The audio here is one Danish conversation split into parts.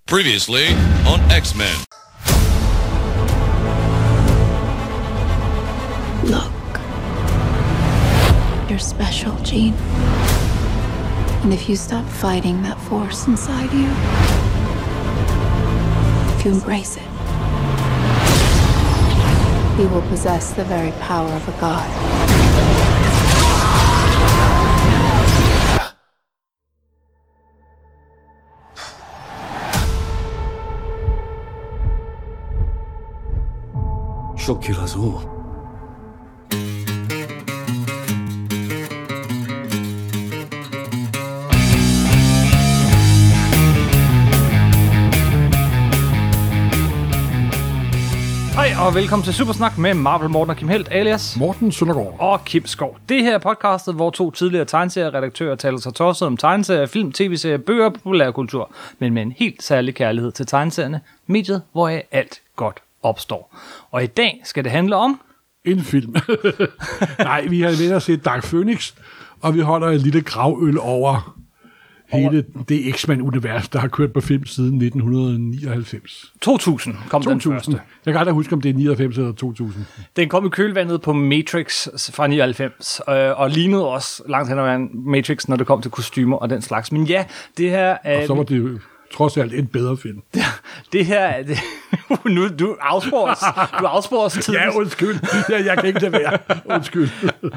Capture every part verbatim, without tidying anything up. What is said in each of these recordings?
Previously on X-Men. Look. You're special, Jean. And if you stop fighting that force inside you, if you embrace it, you will possess the very power of a god. She'll kill us all. Hej og velkommen til Supersnak med Marvel Morten og Kim Helt alias Morten Søndergaard og Kim Skov. Det her er podcastet, hvor to tidligere tegneserieredaktører taler sig tosset om tegneserier, film, tv-serier, bøger og populærkultur, men med en helt særlig kærlighed til tegneserierne, mediet, hvor alt godt opstår. Og i dag skal det handle om en film. Nej, vi har ved at se Dark Phoenix, og vi holder en lille gravøl over hele det X-Men-univers, der har kørt på film siden nitten nioghalvfems. to tusind kom to tusind. Den første. Jeg kan aldrig huske, om det er nioghalvfems eller to tusind. Den kom i kølvandet på Matrix fra nioghalvfems, øh, og lignede også langt hen ad vejen Matrix, når det kom til kostymer og den slags. Men ja, det her er... Og så var det jo trods alt en bedre film. Det, det her er... Det, nu, du afspores. Du afspores tidligt. Ja, undskyld. Jeg, jeg kan ikke lade være. Undskyld.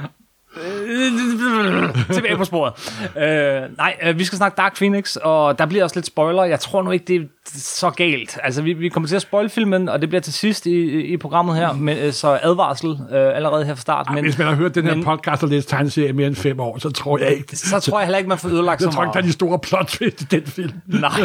Tilbage på sporet. Øh, nej, øh, vi skal snakke Dark Phoenix, og der bliver også lidt spoiler. Jeg tror nu ikke, det er så galt. Altså, vi, vi kommer til at spoil filmen, og det bliver til sidst i, i programmet her, men, øh, så advarsel øh, allerede her fra start. Ej, men, hvis man har hørt den her men, podcast og læst tegneserie mere end fem år, så tror jeg ikke... Så tror jeg heller ikke, man får ødelagt så meget. Jeg tror ikke, der er de store plot twist i den film. Nej.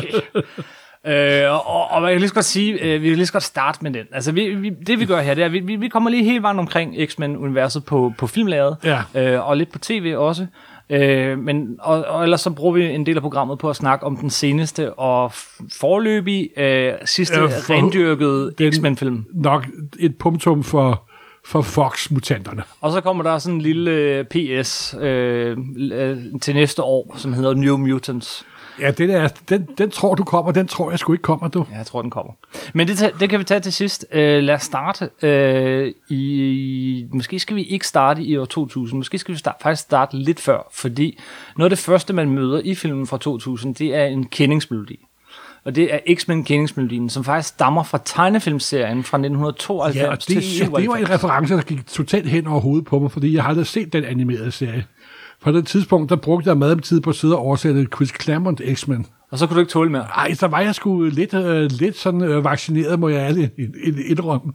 Øh, og, og jeg kan lige så godt sige, øh, vi kan lige så godt starte med den. Altså, vi, vi, det vi gør her, det er, vi, vi kommer lige hele vejen omkring X-Men-universet på, på filmlageret, ja. øh, og lidt på tv også. Øh, men, og, og ellers så bruger vi en del af programmet på at snakke om den seneste og forløbige, øh, sidste øh, for, rendyrkede X-Men-film. Nok et punktum for... for Fox-mutanterne. Og så kommer der sådan en lille øh, P S øh, øh, til næste år, som hedder New Mutants. Ja, det der, den, den tror du kommer, den tror jeg sgu ikke kommer, du. Ja, jeg tror, den kommer. Men det, det kan vi tage til sidst. Uh, lad os starte uh, i... Måske skal vi ikke starte i år to tusind. Måske skal vi starte, faktisk starte lidt før, fordi noget af det første, man møder i filmen fra to tusind, det er en kendingsmelodi. Og det er X-Men kendingsmelodien, som faktisk stammer fra tegnefilmserien fra nitten tooghalvfems ja, det, til syvoghalvfems. Det var en reference, der gik totalt hen over hovedet på mig, fordi jeg har aldrig set den animerede serie. På det tidspunkt, der brugte jeg meget tid på at sidde og oversætte Chris Claremont X-Men. Og så kunne du ikke tåle mere? Nej, så var jeg sgu lidt, øh, lidt sådan øh, vaccineret, må jeg ærligt indrømme.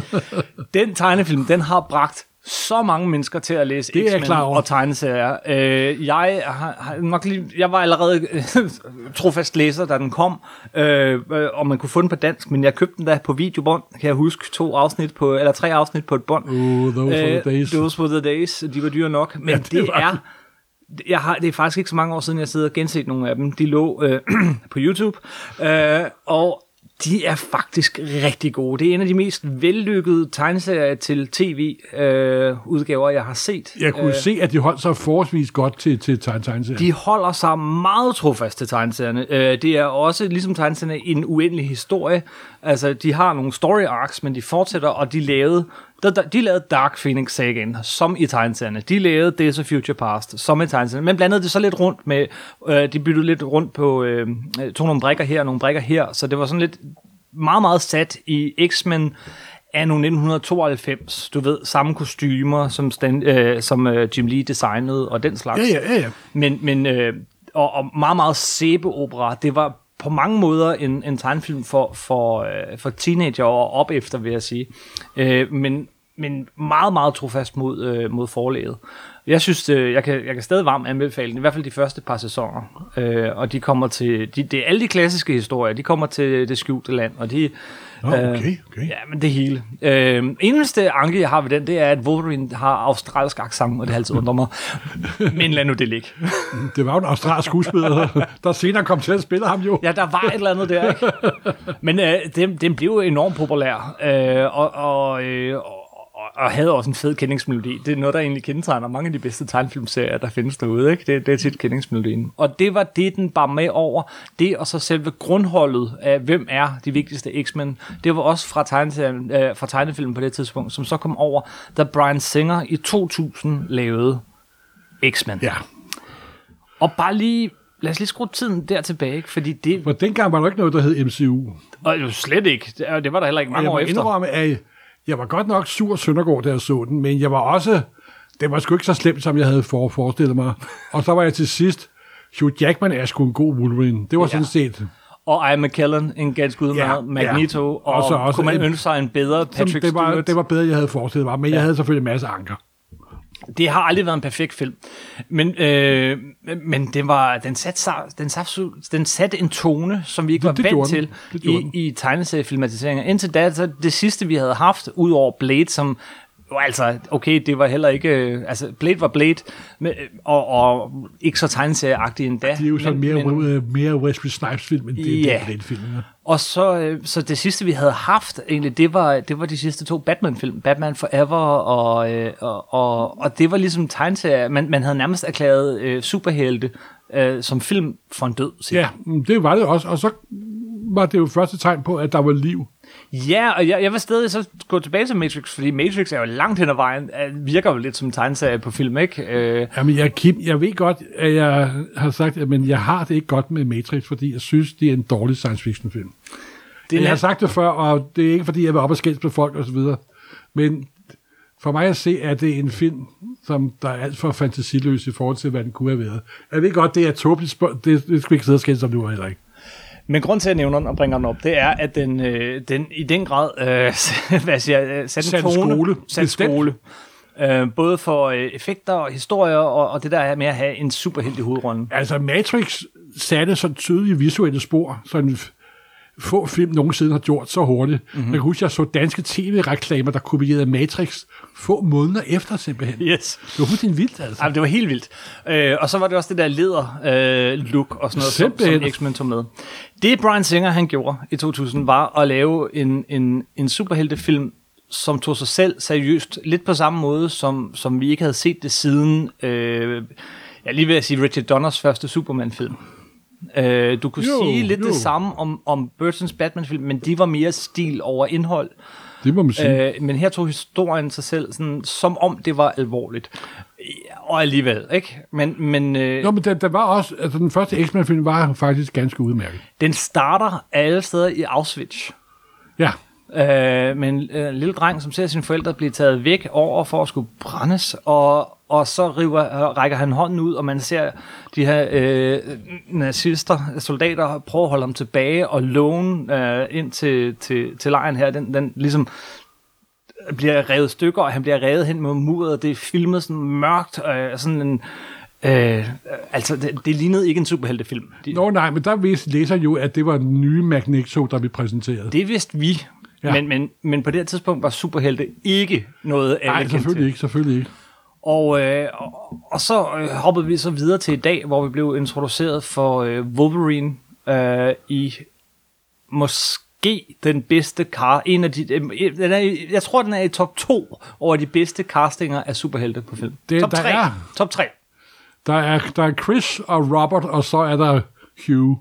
Den tegnefilm, den har bragt så mange mennesker til at læse X-Men og tegneserier. Øh, jeg, har, nok lige, jeg var allerede trofast læser, da den kom, øh, og man kunne få den på dansk, men jeg købte den da på videobånd, kan jeg huske, to afsnit på, eller tre afsnit på et bånd. Oh, those were the days. Those were the days. De var dyre nok, men ja, det, det er... Jeg har, det er faktisk ikke så mange år siden, jeg sidder og genset nogle af dem. De lå øh, på YouTube, øh, og de er faktisk rigtig gode. Det er en af de mest vellykkede tegneserier til tv-udgaver, øh, jeg har set. Jeg kunne øh, se, at de holdt sig forholdsvis godt til, til tegneserier. De holder sig meget trofast til tegneserierne. Øh, det er også, ligesom tegneserierne, en uendelig historie. Altså, de har nogle story arcs, men de fortsætter, og de lavede... De lavede Dark Phoenix Sagaen, som i tegneserierne. De lavede Days of Future Past, som i tegneserierne. Men blandede det så lidt rundt med... Øh, de byttede lidt rundt på... Øh, tog nogle brikker her og nogle brikker her. Så det var sådan lidt meget, meget sat i X-Men anno nitten tooghalvfems. Du ved, samme kostymer, som, stand, øh, som øh, Jim Lee designede, og den slags. Ja, ja, ja. Men, men øh, og, og meget, meget sæbeopera. Det var på mange måder en, en tegnefilm for, for, øh, for teenager og op efter, vil jeg sige. Øh, men, men meget, meget trofast mod, øh, mod forlaget. Jeg synes, øh, jeg, kan, jeg kan stadig varmt anbefale den, i hvert fald de første par sæsoner. Øh, og de kommer til, de, det er alle de klassiske historier, de kommer til det skjulte land, og de... Oh, okay, okay. Øh, ja, men det hele. Øh, eneste anke, jeg har ved den, det er, at Wolverine har australsk accent, og det har altid undret mig. Men lad nu det ligge. Det var jo en australsk skuespiller, der senere kom til at spille ham jo. Ja, der var et eller andet der, ikke? Men øh, den, den blev jo enormt populær, øh, og, og, øh, og og havde også en fed kendingsmelodi. Det er noget, der egentlig kendetegner mange af de bedste tegnefilmserier, der findes derude. Ikke? Det, det er tit kendingsmelodien. Og det var det, den bare med over. Det og så selve grundholdet af, hvem er de vigtigste X-Men. Det var også fra, tegneserien, øh, fra tegnefilmen på det tidspunkt, som så kom over, da Bryan Singer i to tusind lavede X-Men. Ja. Og bare lige... Lad os lige skrue tiden der tilbage, ikke? Fordi det... For dengang var der ikke noget, der hed M C U. Og jo slet ikke. Det var der heller ikke mange år efter. Jeg må indrømme, at jeg var godt nok sur Søndergaard, da jeg så den, men jeg var også... Det var sgu ikke så slemt, som jeg havde for, forestillet mig. Og så var jeg til sidst... Hugh Jackman er sgu en god Wolverine. Det var ja. sådan set... Og Ian McKellen, en ganske udmærket. Ja, Magneto. Ja. Og også, også kunne man ønske sig en bedre Patrick det var, Stewart. Det var bedre, jeg havde forestillet mig, men ja. jeg havde selvfølgelig en masse anker. Det har aldrig været en perfekt film, men, øh, men det var, den, satte, den, satte, den satte en tone, som vi ikke det, var det vant til i, i tegneseriefilmatiseringer. Indtil da, så det sidste vi havde haft, ud over Blade, som jo altså, okay, det var heller ikke, altså Blade var Blade, med, og, og ikke så tegneserieagtigt endda. Det er jo sådan mere, men, mere Wesley Snipes-film, end det ja. er Blade-film. Ja. Og så, så det sidste, vi havde haft, egentlig, det var, det var de sidste to Batman-film. Batman Forever, og, og, og, og det var ligesom tegneserier. Man, man havde nærmest erklæret øh, superhelte øh, som film for en død. Selv. Ja, det var det også. Og så var det jo første tegn på, at der var liv. Ja, og jeg, jeg vil stadig så gå tilbage til Matrix, fordi Matrix er jo langt hen ad vejen, virker jo lidt som en tegneserie på film, ikke? Øh. Jamen, jeg, Kim, jeg ved godt, at jeg har sagt, at men jeg har det ikke godt med Matrix, fordi jeg synes, det er en dårlig science fiction film. Det jeg har sagt det før, og det er ikke, fordi jeg vil op og skændes med folk og så videre, men for mig at se, at det er en film, som der er alt for fantasiløs i forhold til, hvad den kunne have været. Jeg ved godt, det er tåbeligt spørg- det, det skal vi ikke sidde og skændes om nu heller ikke. Men grund til at nævne den og bringe den op, det er, at den, øh, den i den grad øh, hvad siger jeg, satte en tone, skole. Sat skole. Øh, både for øh, effekter og historier, og, og det der er med at have en superhelt i hovedrollen. Altså Matrix satte så tydelige visuelle spor, så en få film nogensinde har gjort så hurtigt. Mm-hmm. Jeg kan huske, jeg så danske tv-reklamer, der kopierede Matrix få måneder efter simpelthen. Yes. Det var fuldstændig vildt, altså. Jamen, det var helt vildt. Øh, og så var det også det der leder-look øh, og sådan noget, som, som X-Men tog med. Det Bryan Singer, han gjorde i to tusind, var at lave en, en, en superheltefilm, som tog sig selv seriøst, lidt på samme måde, som, som vi ikke havde set det siden, øh, jeg lige vil sige Richard Donners første Superman-film. Uh, du kunne jo, sige lidt jo. det samme om, om Burtons Batman-film, men de var mere stil over indhold. Det må man sige. Uh, men her tog historien sig selv sådan, som om det var alvorligt. Og alligevel, ikke? Men, men, uh, Nå, men der, der var også, altså den første X-Men-film var faktisk ganske udmærket. Den starter alle steder i Auschwitz. Ja. Uh, med en uh, lille dreng, som ser sine forældre blive taget væk over for at skulle brændes, og, og så river, rækker han hånden ud, og man ser de her øh, nazister, soldater, prøve at holde ham tilbage og låne øh, ind til, til, til lejren her. Den, den ligesom bliver revet stykker, og han bliver revet hen mod muret, det er filmet sådan mørkt, øh, sådan en... Øh, altså, det, det lignede ikke en superheltefilm. De, Nå nej, men der vidste læser jo, at det var den nye Magneto, der blev præsenteret. Det vidste vi, ja. men, men, men på det her tidspunkt var superhelte ikke noget af. Nej, selvfølgelig ikke, selvfølgelig ikke. Og, øh, og, og så øh, hoppede vi så videre til i dag, hvor vi blev introduceret for øh, Wolverine øh, i måske den bedste car, en af de, øh, den er, jeg tror den er i top to over de bedste castinger af superhelte på film. Det, top der tre. Er, top tre. Der er, der er Chris og Robert, og så er der Hugh.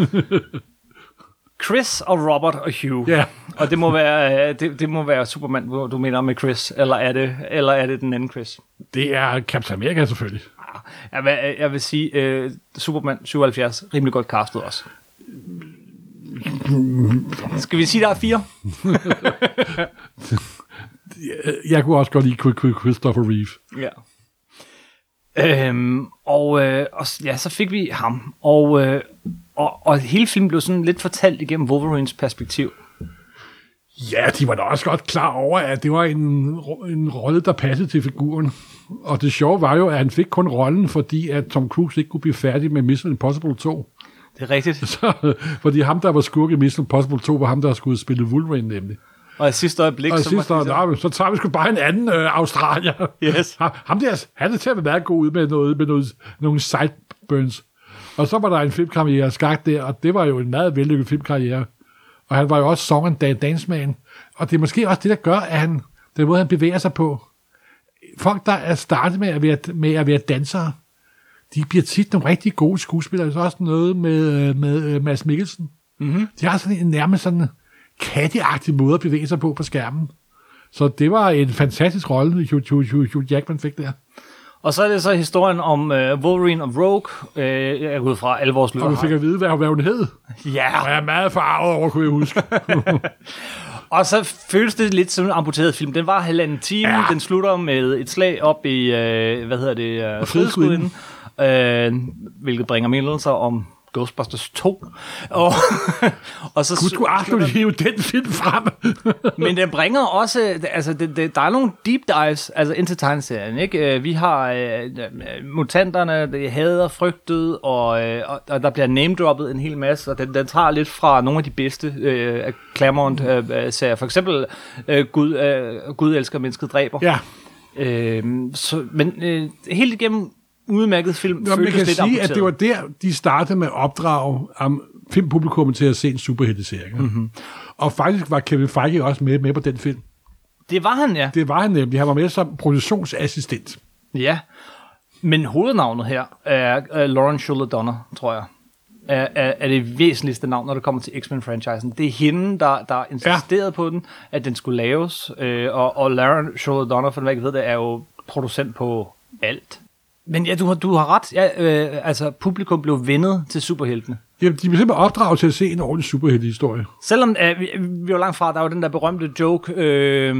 Chris og Robert og Hugh. Ja. Og det må være det, det må være Superman, hvor du mener med Chris, eller er det eller er det den anden Chris? Det er Captain America selvfølgelig. Jeg vil, jeg vil sige uh, Superman syvoghalvfjerds rimelig godt castet også. Skal vi sige der er fire? Jeg kunne også godt lide Christopher Reeve. Ja. Øhm, og, øh, og ja, så fik vi ham, og, øh, og, og hele filmen blev sådan lidt fortalt igennem Wolverines perspektiv. Ja, de var da også godt klar over, at det var en, en rolle, der passede til figuren. Og det sjove var jo, at han fik kun rollen, fordi at Tom Cruise ikke kunne blive færdig med Mission Impossible to. Det er rigtigt. Så, fordi ham, der var skurk i Mission Impossible to, var ham, der skulle spille Wolverine nemlig. Og i sidste øjeblik... Og i sidste øjeblik, så tager vi sgu bare en anden øh, australier. Yes. Ham der, han er til at være god ud med, noget, med noget, nogle sideburns. Og så var der en filmkarriere skagt der, og det var jo en meget vellykket filmkarriere. Og han var jo også song and dance man. Og det er måske også det, der gør, at han Den måde, han bevæger sig på. Folk, der er startet med at være, med at være dansere, de bliver tit nogle rigtig gode skuespillere. Så også noget med, med Mads Mikkelsen. Mm-hmm. De har sådan en nærmest sådan katteagtig måde at bevæge sig på på skærmen. Så det var en fantastisk rolle, Hugh, Hugh, Hugh, Hugh Jackman fik der. Og så er det så historien om uh, Wolverine og Rogue. Uh, jeg er ud fra alle vores lytter. Og vi fik at vide, hvad, hvad hun hed. Ja. Og jeg er meget forarvet over, kunne jeg huske. Og så føles det lidt som en amputeret film. Den var halvanden time. Ja. Den slutter med et slag op i, uh, hvad hedder det, uh, Frihedsgudinden. Uh, hvilket bringer mindelser om Ghostbusters to. Og, og så... Gud, skulle Arthur hive den film frem. Men den bringer også... Altså, det, det, der er nogle deep dives altså ind til tegneserien, ikke? Vi har uh, mutanterne, de hader frygtet, og, og, og der bliver name-droppet en hel masse, og den, den tager lidt fra nogle af de bedste uh, Claremont-serier. Uh, For eksempel uh, Gud, uh, Gud elsker, mennesket dræber. Ja. Uh, så, men uh, helt igennem udmærket film. Nå, man kan sige, amputeret. At det var der, de startede med at opdrage um, filmpublikum til at se en superhelteserie. Mm-hmm. Og faktisk var Kevin Feige også med, med på den film. Det var han, ja. Det var han nemlig. Han var med som produktionsassistent. Ja, men hovednavnet her er uh, Lauren Shuler Donner, tror jeg. Er, er, er det væsentligste navn, når det kommer til X-Men-franchisen. Det er hende, der, der insisterede ja. på den, at den skulle laves. Øh, og, og Lauren Shuler Donner, for den jeg ikke ved det, er jo producent på alt. Men ja, du har, du har ret. Ja, øh, altså, publikum blev vendet til superheltene. Ja, de blev simpelthen opdraget til at se en ordentlig superheltehistorie. Selvom øh, vi, vi var langt fra, der var den der berømte joke, øh,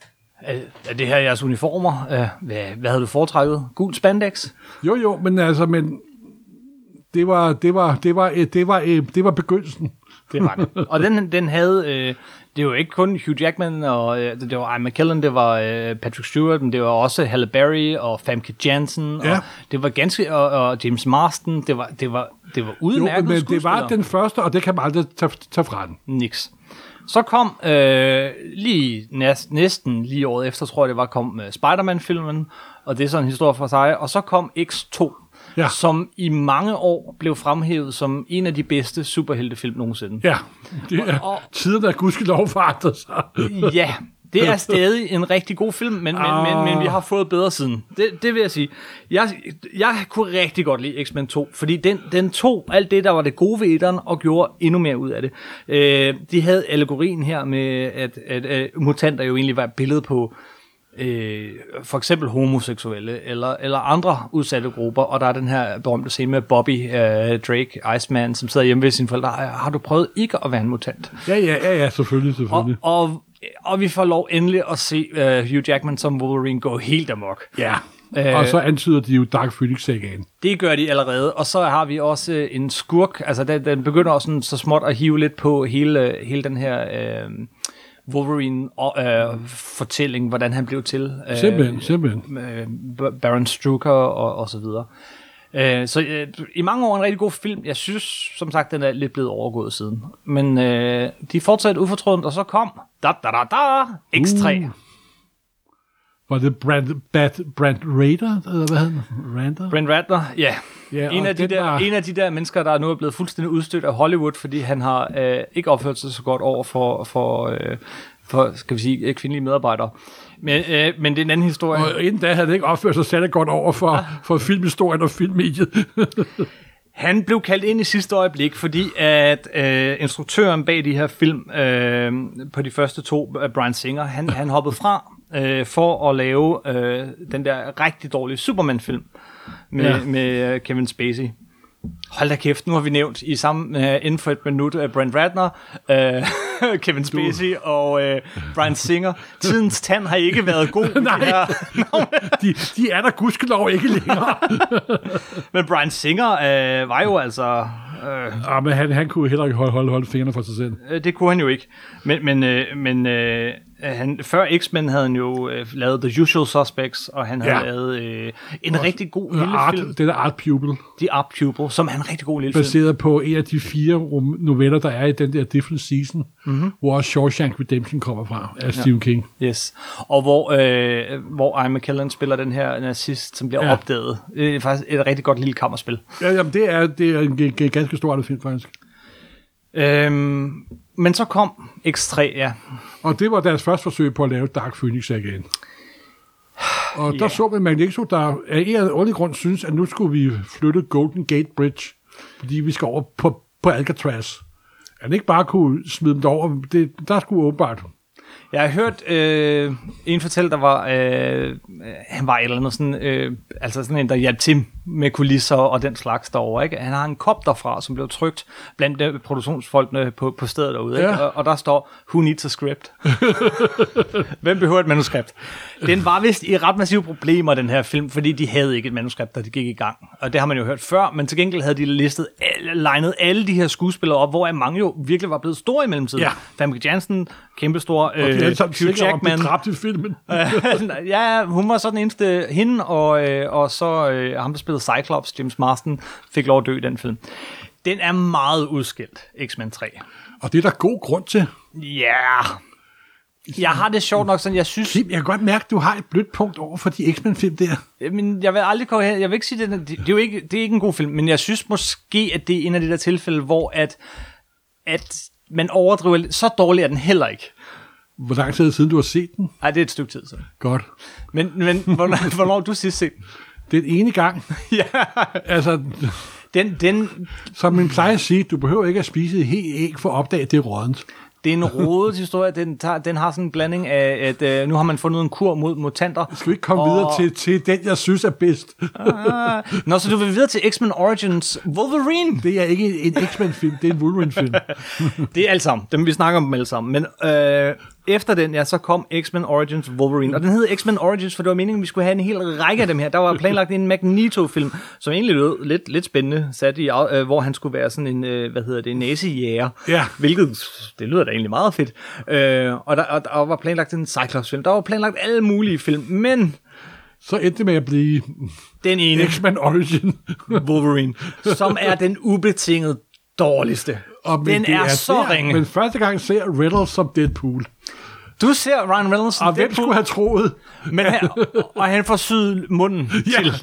er det her jeres uniformer? Øh, hvad, hvad havde du foretrækket? Gul spandex? Jo, jo, men altså, men det var, det var, det var, det var, det var begyndelsen. Det var det. Og den, den havde... Øh, det var ikke kun Hugh Jackman, og øh, det var Ian McKellen, det var øh, Patrick Stewart, men det var også Halle Berry og Famke Janssen, ja. og det var ganske... Og, og James Marsden, det var, det var, det var udmærket. Jo, men det var den første, og det kan man aldrig tage, tage fra den. Niks. Så kom øh, lige næsten, næsten lige året efter, tror jeg det var, kom øh, Spider-Man-filmen, og det er sådan en historie for sig, og så kom X to. Ja. Som i mange år blev fremhævet som en af de bedste superheltefilm nogensinde. Ja, det er og, tiden, der gudskelov forandret sig. Ja, det er stadig en rigtig god film, men, ah. men, men, men vi har fået bedre siden. Det, det vil jeg sige. Jeg, jeg kunne rigtig godt lide X-Men to, fordi den, den tog alt det, der var det gode ved etteren, og gjorde endnu mere ud af det. Øh, de havde allegorien her med, at, at, at mutanter jo egentlig var et billede på Øh, for eksempel homoseksuelle eller, eller andre udsatte grupper, og der er den her berømte scene med Bobby øh, Drake, Iceman, som sidder hjemme ved sine forældre. Har du prøvet ikke at være en mutant? Ja, ja, ja, ja selvfølgelig, selvfølgelig. Og, og, og vi får lov endelig at se øh, Hugh Jackman som Wolverine gå helt amok. Ja, øh, og så antyder de jo Dark Phoenix-sagaen. Det gør de allerede, og så har vi også en skurk, altså den, den begynder også sådan, så småt at hive lidt på hele, hele den her... Øh, Wolverine-fortælling, øh, hvordan han blev til. Øh, simpelthen, simpelthen. Øh, Baron Strucker og, og så videre. Øh, så øh, i mange år en rigtig god film. Jeg synes, som sagt, den er lidt blevet overgået siden. Men øh, de fortsatte ufortrødent, og så kom da da da da X tre. Uh. Var det Brand, Bad, Brand Raider, eller hvad hed Rander? Brand Ratner, ja. ja en, af de der, var... en af de der mennesker, der nu er blevet fuldstændig udstødt af Hollywood, fordi han har øh, ikke opført sig så godt over for, for, øh, for skal vi sige, kvindelige medarbejdere. Men, øh, men det er en anden historie. Og inden da havde han ikke opført sig særlig godt over for, ja. for filmhistorien og filmmediet. Han blev kaldt ind i sidste øjeblik, fordi at øh, instruktøren bag de her film, øh, på de første to, Bryan Singer, han, han hoppede fra øh, for at lave øh, den der rigtig dårlige Superman-film med, ja. med uh, Kevin Spacey. Hold da kæft, nu har vi nævnt i samme, uh, inden for et minut, uh, Brent Ratner, uh, Kevin Spacey du. og uh, Bryan Singer. Tidens tand har ikke været god. Nej, de, de er der gudskelov ikke længere. Men Bryan Singer uh, var jo altså... Uh, ja, men han, han kunne heller ikke holde, holde, holde fingrene for sig selv. Uh, det kunne han jo ikke. Men, men, uh, men uh, han, før X-Men havde han jo uh, lavet The Usual Suspects, og han havde ja. lavet uh, en og, rigtig god lille art, film. Det der Art Pupil. The Art Pupil, som er en rigtig god lille Baseret film. Baseret på en af de fire noveller, der er i den der Different Season, mm-hmm. hvor også Shawshank Redemption kommer fra, af ja. Stephen King. Yes. Og hvor, øh, hvor Ian McKellen spiller den her nazist, som bliver ja. opdaget. Det er faktisk et rigtig godt lille kammerspil. Ja, jamen, det er, det er en, en ganske stor film, faktisk. Øhm, Men så kom X tre, ja. Og det var deres første forsøg på at lave Dark Phoenix igen. Og der Ja. så vi Magneto, der af en eller anden ordentlig grund synes, at nu skulle vi flytte Golden Gate Bridge, fordi vi skal over på, på Alcatraz. At han ikke bare kunne smide dem derover, det, der skulle åbenbart. Jeg har hørt øh, en fortælle, der var, øh, han var et eller andet sådan, øh, altså sådan en, der hjalp til med kulisser og den slags derovre, ikke? Han har en kop derfra, som blev trykt blandt de produktionsfolkene på, på stedet derude, ikke? Ja. Og, og der står, who needs a script? Hvem behøver et manuskript? Den var vist i ret massive problemer, den her film, fordi de havde ikke et manuskript, da de gik i gang. Og det har man jo hørt før, men til gengæld havde de listet, legnet alle de her skuespillere op, hvor mange jo virkelig var blevet store i mellemtiden. Ja. Famke Janssen, kæmpestor. Og de er alle sammen Hugh sikre om, Jackman. de dræbte i filmen. Ja, hun var så den eneste, hende, og, øh, og så øh, ham, der spillede Cyclops, James Marsden, fik lov at dø i den film. Den er meget udskilt, X-Men tre. Og det er der god grund til. Ja. Yeah. Jeg har det sjovt nok sådan, jeg synes... Kim, jeg kan godt mærke, at du har et blødt punkt over for de X-Men-film der. Men jeg vil aldrig komme her. Jeg vil ikke sige, det, det, det er jo ikke, det er ikke en god film, men jeg synes måske, at det er en af de der tilfælde, hvor at, at man overdriver... Så dårlig er den heller ikke. Hvor lang tid siden du har set den? Nej, det er et stykke tid siden. Godt. Men, men hvornår, hvornår har du sidst set den? Den ene gang. Ja. Altså, Den, den, som man plejer at sige, du behøver ikke at spise et helt æg for at opdage, at det er rådent. det er en rodet historie. Den, tager, den har sådan en blanding af, at øh, nu har man fundet en kur mod mutanter. Skal vi ikke komme og... videre til, til den, jeg synes er bedst? Ah. Nå, så du vil videre til X-Men Origins Wolverine. Det er ikke en X-Men-film, det er en Wolverine-film. Det er alt sammen. Dem vi snakker om dem alle sammen. Men øh, efter den, ja, så kom X-Men Origins Wolverine. Og den hed X-Men Origins, for det var meningen, at vi skulle have en hel række af dem her. Der var planlagt en Magneto-film, som egentlig lød lidt, lidt spændende, sat i, øh, hvor han skulle være sådan en, øh, hvad hedder det, nazijæger. Ja. Hvilket, det lyder da egentlig meget fedt. Øh, og, der, og der var planlagt en Cyclops-film. Der var planlagt alle mulige film, men... Så endte det med at blive Den ene, X-Men Origin. Wolverine, som er den ubetinget dårligste. Og Den er, er så der, ringe. Men første gang ser Reynolds som Deadpool. Du ser Ryan Reynolds som Og hvem Deadpool, skulle have troet? men han, og han får syet munden Ja. til.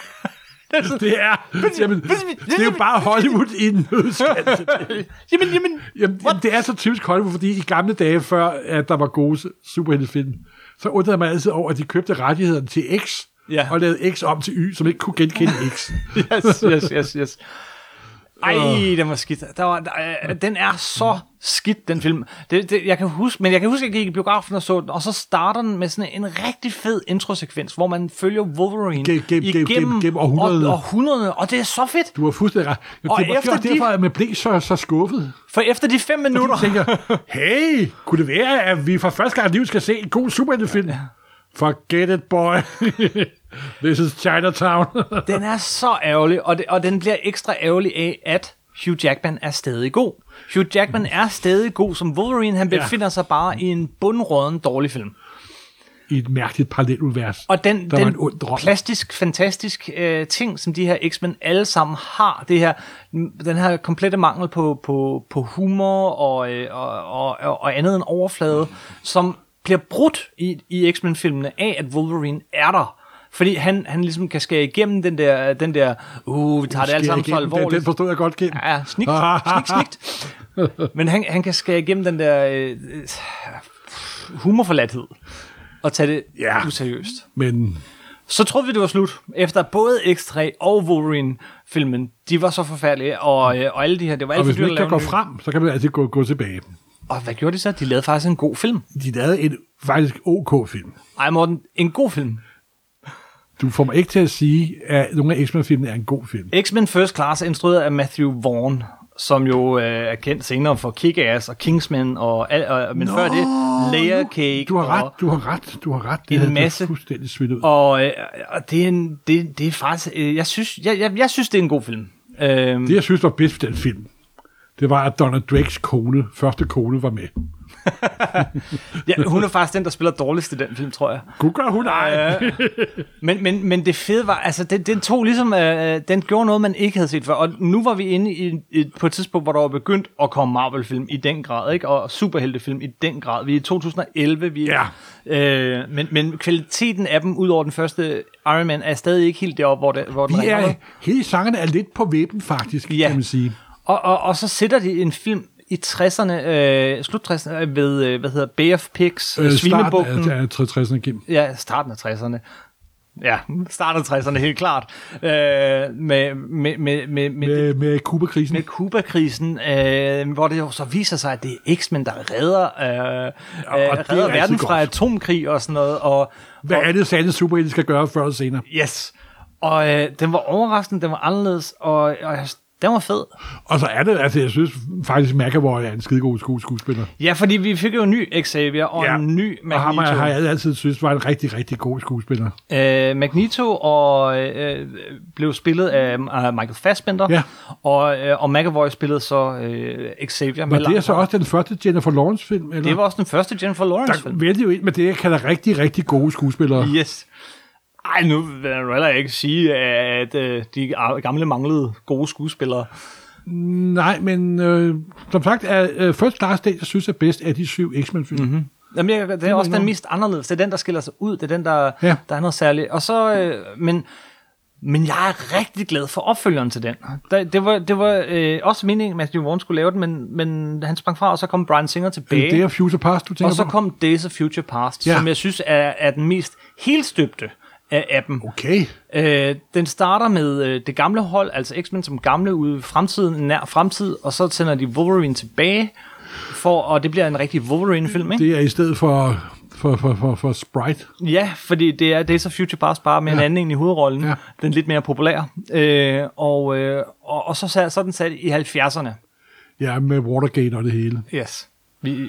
Det er, jamen, det er jo bare Hollywood i en nødskal. jamen, jamen, Jamen, jamen, det er så typisk Hollywood, fordi i gamle dage, før at der var gode superheltefilm, så undrede man altid over, at de købte rettighederne til X, Ja. og lavede X om til Y, som ikke kunne genkende X. yes, yes, yes, yes. Ej, den var skidt. Der var, der, øh, den er så skidt, den film. Det, det, jeg kan huske, men jeg kan huske, at jeg gik i biografen og så den, og så starter den med sådan en rigtig fed introsekvens, hvor man følger Wolverine Gennem- gennem- igennem gennem- gennem århundrederne. og, århundrederne, og det er så fedt. Du var fuldstændig ret. Og Det var efter også de- derfor, at man blev så, så skuffet. For efter de fem minutter... Du tænker, hey, kunne det være, at vi for første gang i livet skal se en god superheltefilm? Ja. Forget it, boy. This is Chinatown. Den er så ærgerlig, og, det, og den bliver ekstra ærgerlig af, at Hugh Jackman er stadig god. Hugh Jackman er stadig god som Wolverine. Han befinder ja. sig bare i en bundråden dårlig film. I et mærkeligt parallelunivers. Og den, Der var den en ond drøm. plastisk, fantastisk øh, ting, som de her X-Men alle sammen har, det her, den her komplette mangel på, på, på humor og, øh, og, og, og andet end overflade, som bliver brudt i, i X-Men-filmene af, at Wolverine er der. Fordi han, han ligesom kan skære igennem den der, den der uh, vi tager det alt sammen så alvorligt. Den, den forstod jeg godt gennem. Ja, snikt, snikt, snikt. Men han, han kan skære igennem den der øh, humorforladthed og tage det Ja. useriøst. Men Så troede vi, det var slut. Efter både X tre og Wolverine-filmen, de var så forfærdelige, og, øh, og alle de her, det var og alt for hvis man dyrt at ikke kan lave gå en ny. frem, så kan man altid gå, gå tilbage. Og hvad gjorde de så? De lavede faktisk en god film. De lavede en faktisk OK film. Ej, Morten, en god film. Du får mig ikke til at sige, at nogle af X-Men-filmene er en god film. X-Men First Class er instrueret af Matthew Vaughn, som jo øh, er kendt senere for Kick-Ass og Kingsman, og, al, og men Nå, før det, Layer Cake. Du har ret, og, du har ret, du har ret. Det En er- det er masse. fuldstændig svidt ud. og, øh, og det, er en, det, det er faktisk, øh, jeg synes, jeg, jeg, jeg synes, det er en god film. Øhm, Det, jeg synes var bedst ved den film, det var, at Donald Drakes kone, første kone, var med. ja, hun er faktisk den, der spiller dårligst i den film, tror jeg. Gud gør hun ej. Øh, men, men, men det fede var, altså den, den tog ligesom, øh, den gjorde noget, man ikke havde set før, og nu var vi inde i, i, på et tidspunkt, hvor der var begyndt at komme Marvel-film i den grad, ikke? Og superheltefilm i den grad. Vi er i to tusind og elleve, vi er, øh, men, men kvaliteten af dem, ud over den første Iron Man, er stadig ikke helt deroppe, hvor, det, hvor den De ringer er, noget. hele sangerne er lidt på vippen, faktisk, Ja. kan man sige. Og, og, og så sætter de en film i tresserne, øh, slut tresserne, ved, øh, hvad hedder Bay of Pigs, øh, Svinebugten. Starten af tresserne, Kim. Ja, starten af tresserne. Ja, starten af tresserne, helt klart. Øh, med, med, med, med, med, med, med Kuba-krisen. Med Kuba-krisen, øh, hvor det jo så viser sig, at det er X-Men, der redder, øh, ja, øh, redder verden fra godt. atomkrig og sådan noget. Og, Hvad og, er det, sande superhelte skal gøre før eller senere? Yes. Og øh, den var overraskende, den var anderledes, og, og den var fed. Og så er det, altså jeg synes faktisk, McAvoy er en skidegod skuespiller. Ja, fordi vi fik jo en ny Xavier og ja. en ny Magneto. Og ham har jeg altid synes var en rigtig, rigtig god skuespiller. Øh, Magneto og, øh, blev spillet af uh, Michael Fassbender, ja. og, øh, og McAvoy spillede så øh, Xavier. Men det er så også den første Jennifer Lawrence-film? Eller? Det var også den første Jennifer Lawrence-film. Der vælger jo ind med det, jeg kalder rigtig, rigtig gode skuespillere. Yes. Ej, nu vil jeg heller ikke sige, at øh, de gamle manglede gode skuespillere. Nej, men øh, som sagt, er øh, First Class Day, jeg synes er bedst af de syv X-Men-film. Mm-hmm. Jamen, jeg, det er også den mest anderledes. Det er den, der skiller sig ud. Det er den, der, ja. der er noget særligt. Og så, øh, men, men jeg er rigtig glad for opfølgeren til den. Det, det var, det var øh, også meningen, at Matthew Vaughn skulle lave den, men, men han sprang fra, og så kom Bryan Singer tilbage. Day of Future Past, du tænker Og så på? kom Days of Future Past, ja. som jeg synes er, er den mest helstøbte af dem. Okay. Øh, den starter med øh, det gamle hold, altså X-Men som gamle ude i fremtiden, nær fremtid, og så sender de Wolverine tilbage, for, og det bliver en rigtig Wolverine-film, ikke? Det er i stedet for, for, for, for, for Sprite. Ja, fordi det er Days of Future Past bare med ja. en anden en i hovedrollen. Ja. Den lidt mere populær. Øh, og, øh, og, og så, så er den sat i halvfjerdserne. Ja, med Watergate og det hele. Yes. Vi,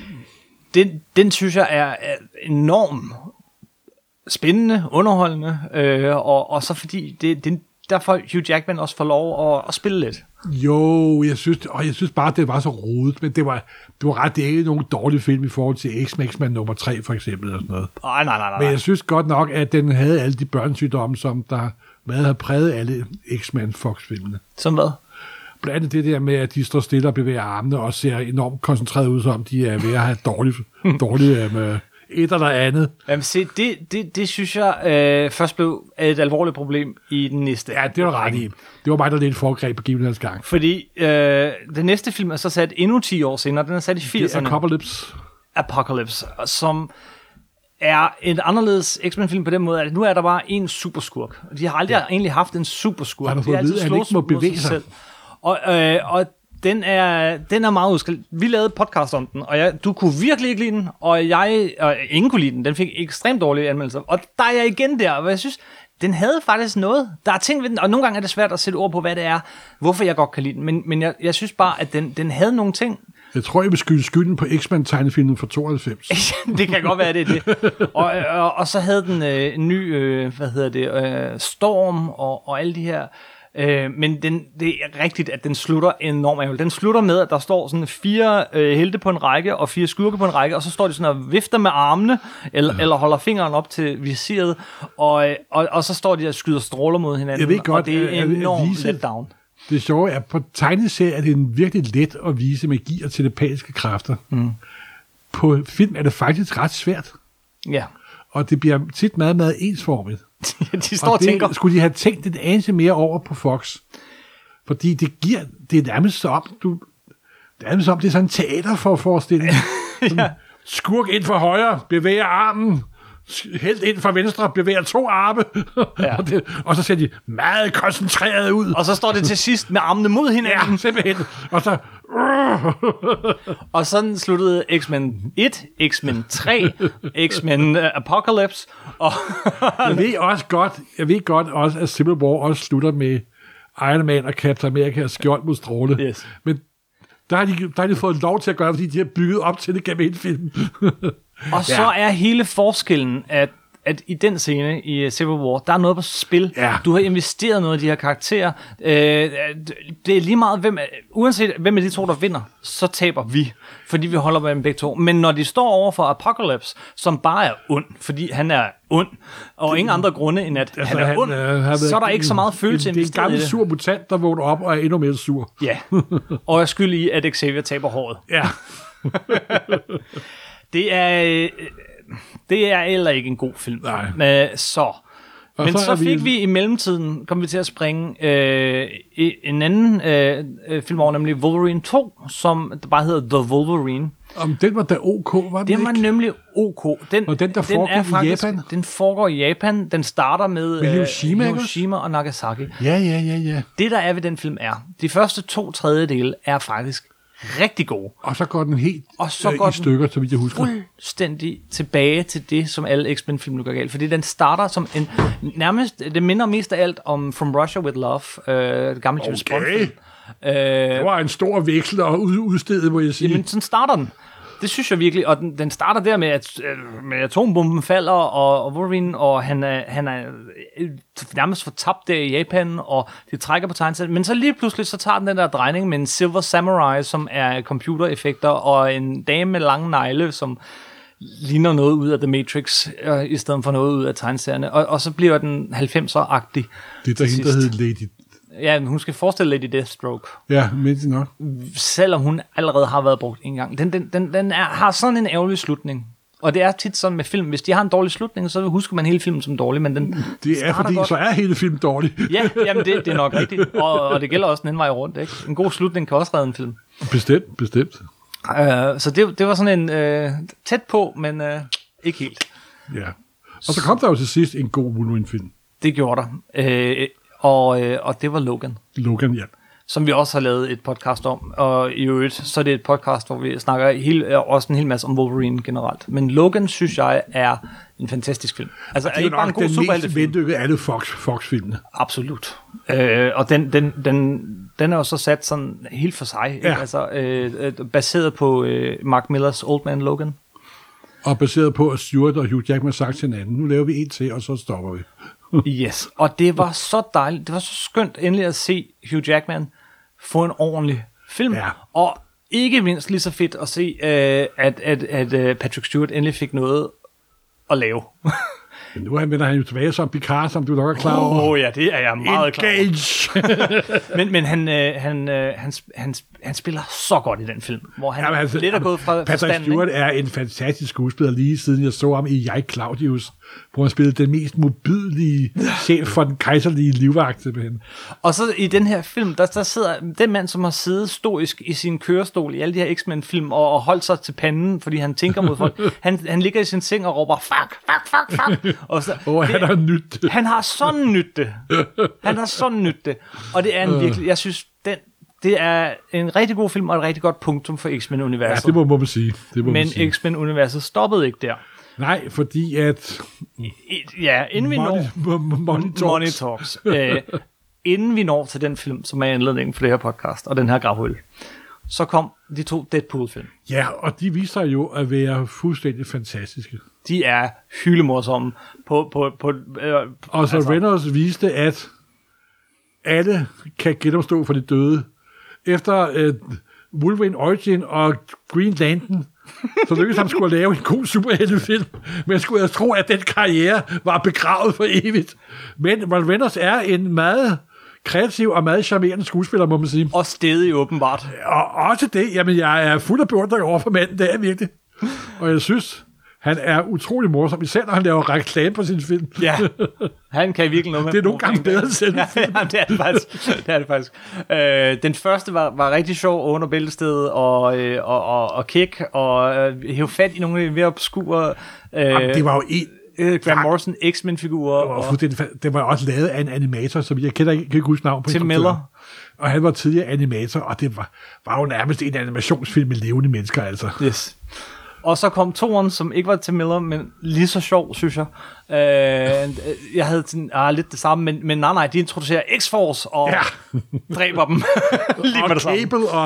den, den synes jeg er, er enormt spændende, underholdende, øh, og, og så fordi det, det, derfor Hugh Jackman også får lov at, at spille lidt. Jo, jeg synes, og jeg synes bare, det var så rodet, men det var, det var ret, det er ikke nogen dårlig film i forhold til X-Men nummer tre for eksempel, eller sådan noget. Ej, nej, nej, nej. Men jeg synes godt nok, at den havde alle de børnesygdomme, som der hvad har præget alle X-Men Fox-filmene. Som hvad? Blandt andet det der med, at de står stille og bevæger armene, og ser enormt koncentreret ud, som de er ved at have dårligt, dårligt med et eller andet. Jamen se, det, det, det synes jeg øh, først blev et alvorligt problem i den næste. Ja, det var ret i. Det var mig, der lidt forgreb på givenhedens gang. Fordi øh, den næste film er så sat endnu ti år senere, den er sat i firserne. Apocalypse. Apocalypse, som er en anderledes X-Men-film på den måde, at nu er der bare en superskurk. De har aldrig ja. egentlig haft en superskurk. Han har fået at vide, at han ikke må bevæge sig. Selv. Og, øh, og den er, den er meget udskilt. Vi lavede podcast om den, og jeg, du kunne virkelig ikke lide den, og jeg, og ingen kunne lide den. Den fik ekstremt dårlige anmeldelser. Og der er jeg igen der, og jeg synes, den havde faktisk noget. Der er ting ved den, og nogle gange er det svært at sætte ord på, hvad det er, hvorfor jeg godt kan lide den. Men, men jeg, jeg synes bare, at den, den havde nogle ting. Jeg tror, jeg vil skylde skylden på X-Men-tegnefilmen fra tooghalvfems. Det kan godt være, det er det. Og, og, og så havde den øh, en ny, øh, hvad hedder det, øh, Storm og, og alle de her. Øh, men den, det er rigtigt, at den slutter enormt ærgerligt. Den slutter med, at der står sådan fire øh, helte på en række, og fire skurke på en række, og så står de sådan og vifter med armene, eller, ja. eller holder fingeren op til visiret, og, og, og så står de og skyder stråler mod hinanden. Jeg ved godt, og det er enormt let down. Det sjove er, at på tegneserie er det en virkelig let at vise magi og telepatiske kræfter. Mm. På film er det faktisk ret svært. Ja. Og det bliver tit meget, meget ensformigt. De står og, og det tænker. Skulle de have tænkt et anelse mere over på Fox. Fordi det giver, det er nærmest som, du, det er nærmest som, det er sådan en teaterforestilling. Ja. Skurk ind fra højre, bevæger armen, helt ind fra venstre, bevæger to arme, ja. og, det, og så ser de meget koncentreret ud. Og så står det til sidst med armene mod hinanden. Ja, simpelthen. Og så... og sådan sluttede X-Men et, X-Men tre, X-Men uh, Apocalypse. Og jeg ved også godt, jeg ved godt også, at Civil War også slutter med Iron Man og Captain America og skjold mod stråle. Yes. Men der har, de, der har de fået lov til at gøre, fordi de har bygget op til det gennem en film. Og så ja. er hele forskellen, at, at i den scene i Civil War, der er noget på spil. Ja. Du har investeret noget af de her karakterer. Øh, det er lige meget, hvem, uanset hvem af de to, der vinder, så taber vi, fordi vi holder med dem begge to. Men når de står over for Apocalypse, som bare er ond, fordi han er ond, og ingen andre grunde end at altså, han er han, ond, øh, så er der ikke så meget følelse investeret i det. Det er en gammel sur mutant, der vågner op og er endnu mere sur. Ja, og jeg skyld i, at Xavier taber håret. Ja. Det er, det er heller ikke en god film. Nej. Men, så, Og Men så, så vi... fik vi i mellemtiden, kom vi til at springe øh, en anden øh, film over, nemlig Wolverine to, som bare hedder The Wolverine. Om den var da OK, var den Den var ikke? nemlig OK. Den, Og den, der den foregik er i faktisk, Japan? Den foregår i Japan. Den starter med, Med Hiroshima, øh, ikke Hiroshima og Nagasaki. Ja, ja, ja, ja. Det, der er ved den film, er, de første to tredjedele er faktisk rigtig gode. Og så går den helt Og så øh, går i den stykker, så vidt jeg husker. Fuldstændig tilbage til det, som alle X-Men-film nu går galt. Fordi den starter som en... Nærmest, det minder mest af alt om From Russia With Love, øh, det gamle James Okay. Bond-film. Øh, Det var en stor veksel og ud, udstedet, må jeg sige. Jamen, sådan starter den. Det synes jeg virkelig, og den, den starter der med, at øh, med atombomben falder, og, og Wolverine, og han er, han er øh, nærmest fortabt der i Japan, og det trækker på tegnsæt. Men så lige pludselig, så tager den den der drejning med en Silver Samurai, som er computereffekter, og en dame med lange negle, som ligner noget ud af The Matrix, øh, i stedet for noget ud af tegneserierne. Og, og så bliver den halvfemser-agtig. Det er der hende, der hed Lady. Ja, hun skal forestille Lady Deathstroke. Ja, mindst nok. Selvom hun allerede har været brugt en gang. Den, den, den, den er, har sådan en ærgerlig slutning. Og det er tit sådan med film. Hvis de har en dårlig slutning, så husker man hele filmen som dårlig. Men den Det er starter fordi, godt. så er hele filmen dårlig. Ja, jamen det, det er nok rigtigt. Og, og det gælder også den anden vej rundt. Ikke? En god slutning kan også redde en film. Bestemt, bestemt. Uh, så det, det var sådan en uh, tæt på, men uh, ikke helt. Ja. Og så kom der jo til sidst en god Wolverine-film. Det gjorde der. Uh, og, uh, og det var Logan. Logan, ja. Som vi også har lavet et podcast om, og i øvrigt, så er det et podcast, hvor vi snakker helt, også en hel masse om Wolverine generelt. Men Logan, synes jeg, er en fantastisk film. Altså, Det er jo ikke bare en nok god den mest superheltefilm. vendykkede af alle Fox, Fox-filmene. Absolut. Øh, og den, den, den, den er jo så sat sådan helt for sig, ikke? Ja. Altså, øh, baseret på øh, Mark Millers Old Man Logan. Og baseret på, at Stewart og Hugh Jackman sagt til hinanden, nu laver vi en til, og så stopper vi. Yes, og det var så dejligt, det var så skønt endelig at se Hugh Jackman få en ordentlig film, Ja. og ikke mindst lige så fedt at se, øh, at, at, at øh, Patrick Stewart endelig fik noget at lave. Men nu vender han jo tilbage som Picard, som du nok er klar over. Åh oh, ja, det er jeg meget klar over. Engage! Men, men han, øh, han, øh, han, han, han spiller så godt i den film, hvor han Jamen, ja, altså, lidt er gået fra Patrick forstanden, Stewart ikke? er en fantastisk skuespiller, lige siden jeg så ham i Jeg, Claudius, hvor han spillede den mest modbydelige chef for den kejserlige livvagt med hende. Og så i den her film, der, der sidder den mand, som har siddet stoisk i sin kørestol i alle de her X-Men-film, og, og holdt sig til panden, fordi han tænker mod folk. Han, han ligger i sin seng og råber, fuck, fuck, fuck, fuck. Og så, Åh, han har nyt det. Han har sådan nyt det. Han har sådan nyt det. Og det er en virkelig, jeg synes, den, det er en rigtig god film, og et rigtig godt punktum for Ja, X-Men-universet. det må, må man sige. Det må Men man sige. X-Men-universet stoppede ikke der. Nej, fordi at I- Ja, inden vi money, når... money talks. Money Talks. øh, inden vi når til den film, som er anledningen for det her podcast, og den her gravhul, så kom de to Deadpool-film. Ja, og de viser sig jo at være fuldstændig fantastiske. De er hyldemorsomme på... på, på øh, Og så altså, Reynolds viste, at alle kan genopstå for de døde. Efter øh, Wolverine Origin og Green Lantern, så lykkedes han skulle lave en god superheltefilm, men skulle jeg tro, at den karriere var begravet for evigt. Men Ryan Reynolds er en meget kreativ og meget charmerende skuespiller, må man sige. og stedig åbenbart. Og også det, jamen jeg er fuld af beundring over for manden, det er virkelig. Og jeg synes, han er utrolig morsom, især når han laver reklame på sin film. Ja, han kan virkelig noget med... Det er nogle gange bedre end selv. Ja, ja, det er det faktisk. Det er det faktisk. Øh, den første var, var rigtig sjov under bæltestedet og, øh, og, og, og kæk, og øh, hæve fat i nogle mere obskure... Øh, Jamen, det var jo en... øh, Grant Morrison X-Men-figurer. Det var, og fuldstændig fa- det var også lavet af en animator, som jeg kender ikke, kan ikke huske navn på. Tim instruktøren. Miller. Og han var tidligere animator, og det var, var jo nærmest en animationsfilm med levende mennesker, altså. Yes. Og så kom toeren, som ikke var til Miller, men lige så sjov, synes jeg. Øh, jeg havde sådan, ah, lidt det samme, men, men nej, nej, de introducerer X-Force og Ja. dræber dem. lige Og med det samme. Cable og...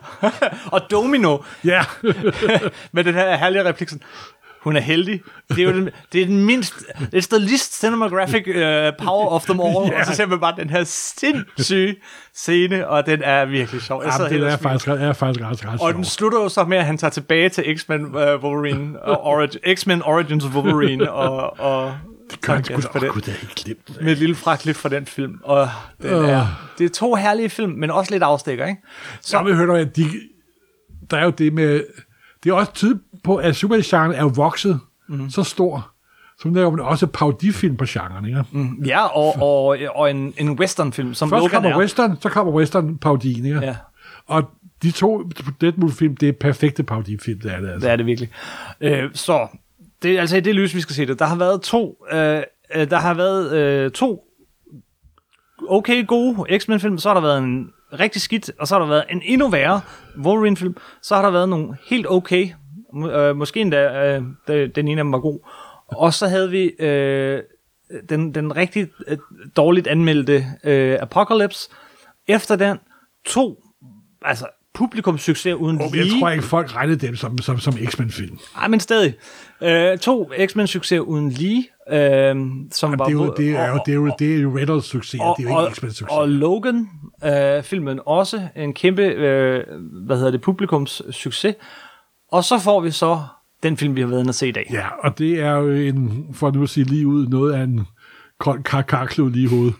Og Domino, Ja, med den her herlige replik, sådan, hun er heldig. Det er jo den, det er den mindst, it's the least cinematographic uh, power of them all. Ja. Og så ser man bare den her sindssyge scene, og den er virkelig sjov. Jeg sidder jamen, det helt er og smiler. faktisk, ret- er faktisk ret, ret Og den sjov. slutter jo så med, at han tager tilbage til X-Men uh, Wolverine, og Origi- X-Men Origins of Wolverine, og, og Det gør han tager sgu gas på da. den. Åh, gud, det er ikke glemt. Med et lille fraklip fra den film. Og den er, det er to herlige film, men også lidt afstikker, ikke? Så har vi hørt, at de, der er jo det med... Det er også tid på, at superheltgenren er jo vokset mm-hmm. så stor, Så laver man også parodifilm på genren, ikke? Mm, ja, og, og, og en, en westernfilm, som Først Logan kommer er. western, så kommer western-parodien, ikke? Ja. Og de to Deadpool-film, det er perfekte parodifilm, det er det altså. Det er det virkelig. Øh, så, det er altså i det lys, vi skal se det. Der har været to, øh, der har været øh, to okay gode X-Men-film, så har der været en rigtig skidt, og så har der været en endnu værre Wolverine-film, så har der været nogle helt okay, øh, måske endda øh, den ene af dem var god, og så havde vi øh, den, den rigtig øh, dårligt anmeldte øh, Apocalypse. Efter den, to, altså publikumssucces uden Oh, lige. jeg tror ikke, folk regnede dem som, som, som X-Men-film. Nej, men stadig. Øh, to X-Men-succeser uden lige. Øh, som var Det er jo, det er jo, det er jo, det er jo Reynolds succes, og, det er jo ikke X-Men-succes. Og Logan, øh, filmen også en kæmpe, øh, hvad hedder det, publikumssucces. Og så får vi så den film, vi har været inde at se i dag. Ja, og det er jo en, for nu at sige lige ud, noget af en kold karkarklud lige i hovedet.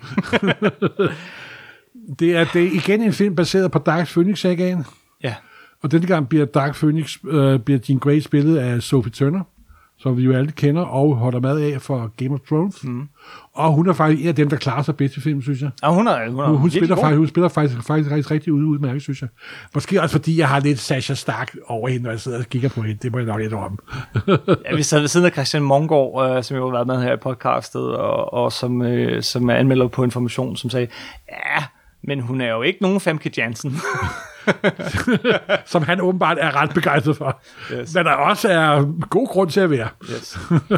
det, er, det er igen en film baseret på Dark Phoenix-sagaen. Ja. Og denne gang bliver Dark Phoenix, øh, bliver Jean Grey spillet af Sophie Turner, som vi jo alle kender og holder med af for Game of Thrones. Mm. Og hun er faktisk en af dem, der klarer sig bedst i filmen, synes jeg. Ja, hun er, hun er hun, hun, spiller, god. faktisk, hun spiller faktisk, faktisk rigtig, rigtig ud, udmærket, synes jeg. Måske også fordi, jeg har lidt Sasha Stark over hende, når jeg sidder og kigger på hende. Det må jeg nok lidt om. Ja, vi sad ved siden af Christian Mongård, øh, som jo har været med her i podcastet, og, og som, øh, som er anmelder på Information, som sagde, ja, men hun er jo ikke nogen Famke Janssen. Som han åbenbart er ret begejstret for. Yes. Men der også er god grund til at være. Yes.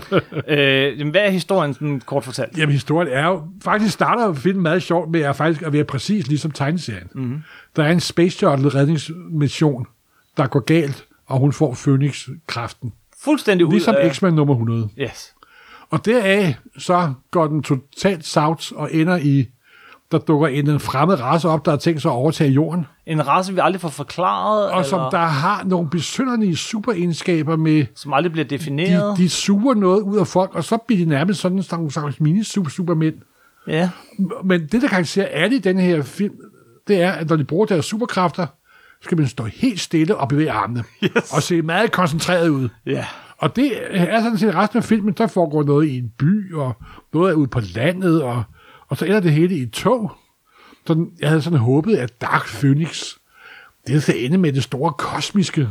øh, jamen, hvad er historien, sådan kort fortalt? Jamen, historien er jo... Faktisk starter filmen meget sjovt med at, faktisk at være præcis ligesom tegneserien. Mm-hmm. Der er en Space Shuttle redningsmission, der går galt, og hun får Phoenix-kraften. Fuldstændig ud Ligesom af... X-Men nummer hundrede. Yes. Og deraf så går den totalt south og ender i... Der dukker en fremmed race op, der har tænkt sig at overtage jorden. En race, vi aldrig får forklaret. Og som eller... der har nogle besynderlige superegenskaber med... Som aldrig bliver defineret. De, de suger noget ud af folk, og så bliver de nærmest sådan en slags mini-supermænd. Ja. Men det, der karakterer alle i den her film, det er, at når de bruger deres superkræfter, skal man stå helt stille og bevæge armene. Yes. Og se meget koncentreret ud. Ja. Og det er sådan set resten af filmen, der foregår noget i en by, og noget er ude på landet, og, og så ender det hele i et tog. Så jeg havde sådan håbet, at Dark Phoenix, det skal ende med det store kosmiske,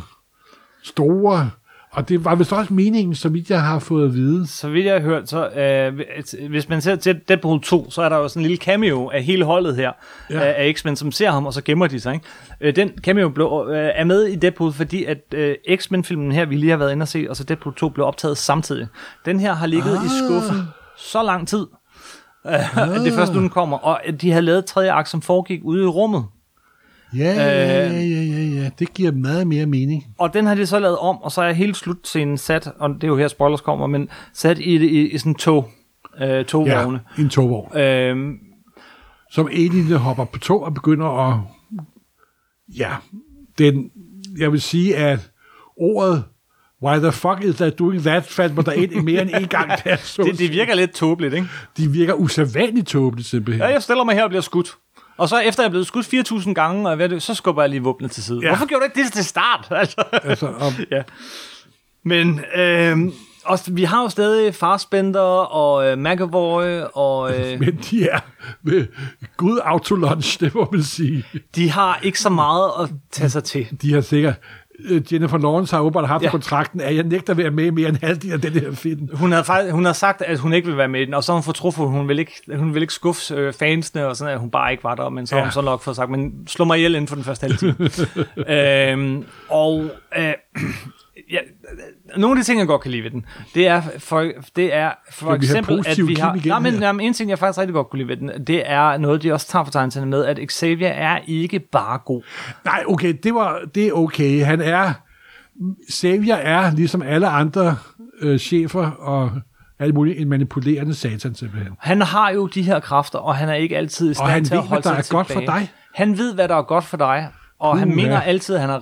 store, og det var vist også meningen, så vidt jeg har fået at vide. Så vidt jeg har hørt, så øh, hvis man ser til Deadpool to, så er der jo sådan en lille cameo af hele holdet her, Ja. ja. af X-Men, som ser ham, og så gemmer de sig. Ikke? Øh, den cameo blev, øh, er med i Deadpool, fordi at øh, X-Men-filmen her, vi lige har været inde og se, og så Deadpool to blev optaget samtidig. Den her har ligget ah. i skuffen så lang tid, øh, ah. det første nu den kommer, og de havde lavet tredje akt, som foregik ude i rummet. Ja, ja, ja, ja, ja, det giver meget mere mening. Og den har de så lavet om, og så er hele slutscenen sat, og det er jo her spoilers kommer, men sat i, i, i sådan en tog, øh, togvogne. Ja, en togvogn. Øhm, Som egentlig hopper på tog og begynder at... Ja, den, jeg vil sige, at ordet why the fuck is that doing that, faldt mig der ind i mere end en gang. Der, så det, det virker lidt tåbeligt, ikke? De virker usædvanligt tåbeligt, simpelthen. Ja, jeg stiller mig her og bliver skudt. Og så efter jeg er blevet skudt fire tusind gange, og ved, så skubber jeg lige våbnet til side. Ja. Hvorfor gjorde du ikke det til start? Altså, altså om... ja. Men øh, og vi har jo stadig Fassbender og øh, McAvoy og... Øh, Men de er med Gud autolunch, det må man sige. De har ikke så meget at tage sig til. De har sikkert... Jennifer Lawrence har åbenbart haft ja. kontrakten, at jeg nægter at være med i mere end halvdelen af den her film. Hun havde, faktisk, hun havde sagt, at hun ikke ville være med i den, og så har hun fået truffet, hun ville ikke, hun ville ikke skuffe øh, fansene, og sådan, at hun bare ikke var der, men så ja. har hun så nok fået sagt, men slå mig ihjel inden for den første halve time. øhm, og øh, ja, nogle af de ting, jeg godt kan lide ved den, det er for, det er for ja, eksempel, at vi har... Nej, men jamen, en ting, jeg faktisk rigtig godt kunne lide ved den, det er noget, de også tager for tegneserierne med, at Xavier er ikke bare god. Nej, okay, det, var, det er okay. Han er... Xavier er, ligesom alle andre øh, chefer og alt muligt, en manipulerende satan, simpelthen. Han har jo de her kræfter, og han er ikke altid i stand til at holde sig tilbage. Og han ved, hvad der er godt for dig. Han ved, hvad der er godt for dig, og uh, han mener ja. altid, at han har ret.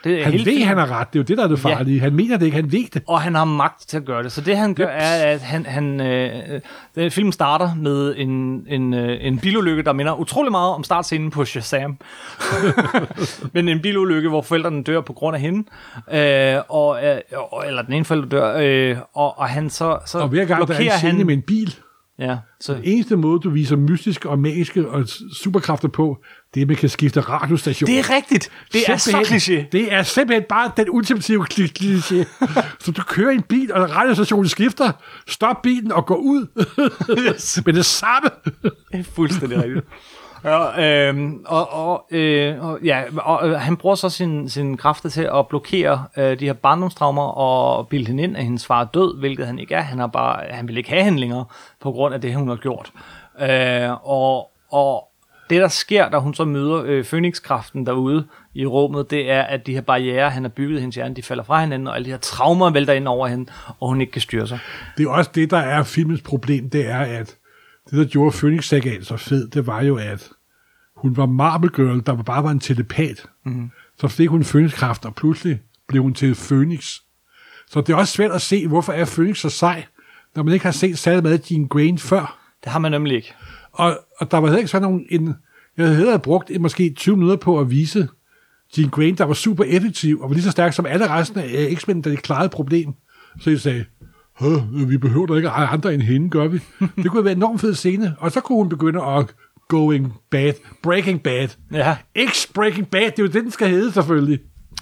Det er Han helt ved, fint. han har ret. Det er jo det, der er det farlige. Ja. Han mener det ikke, han ved det. Og han har magt til at gøre det. Så det han gør, er, at han, han, øh, øh, filmen starter med en, en, øh, en bilulykke, der minder utrolig meget om startscenen på Shazam. Men en bilulykke, hvor forældrene dør på grund af hende. Øh, og, øh, eller den ene forælder dør. Øh, og, og han så, så Og hver gang der er en scene han, med en bil, ja, så, den eneste måde, du viser mystiske og magiske og superkræfter på, det er, at man kan skifte radiostation. det er rigtigt. Det er så kliché. Det er simpelthen bare den ultimative kliché. Så du kører i en bil, og radiostationen skifter, stop bilen og gå ud. Med det samme. Det er fuldstændig rigtigt. Ja, øh, og, og, øh, og, ja, og øh, han bruger så sin, sin kræfter til at blokere øh, de her barndomstraumer og bilde hende ind, at hendes far er død, hvilket han ikke er. Han, har bare, han vil ikke have hende længere på grund af det, hun har gjort. Øh, og, og det, der sker, da hun så møder øh, Phoenix-kraften derude i rummet, det er, at de her barrierer, han har bygget i hendes hjerne, de falder fra hinanden, og alle de her traumer vælter ind over hende, og hun ikke kan styre sig. Det er også det, der er filmens problem, det er, at det, der gjorde Phoenix-sagaen så fed, det var jo, at hun var Marble Girl, der bare var en telepat. Mm-hmm. Så fik hun Phoenix-kraft, og pludselig blev hun til Phoenix. Så det er også svært at se, hvorfor er Phoenix så sej, når man ikke har set særlig meget af Jean Grey før. Det har man nemlig ikke. Og, og der var heller ikke sådan nogen... En, jeg havde hellere brugt en, måske tyve minutter på at vise Jean Grey, der var super effektiv, og var lige så stærk som alle resten af X-Men, da de klarede et problem. Så jeg sagde, vi behøver da ikke at andre end hende, gør vi. Det kunne være en enormt fed scene, og så kunne hun begynde at going bad, breaking bad. Ja. X Breaking Bad, det er jo det, den skal hedde selvfølgelig.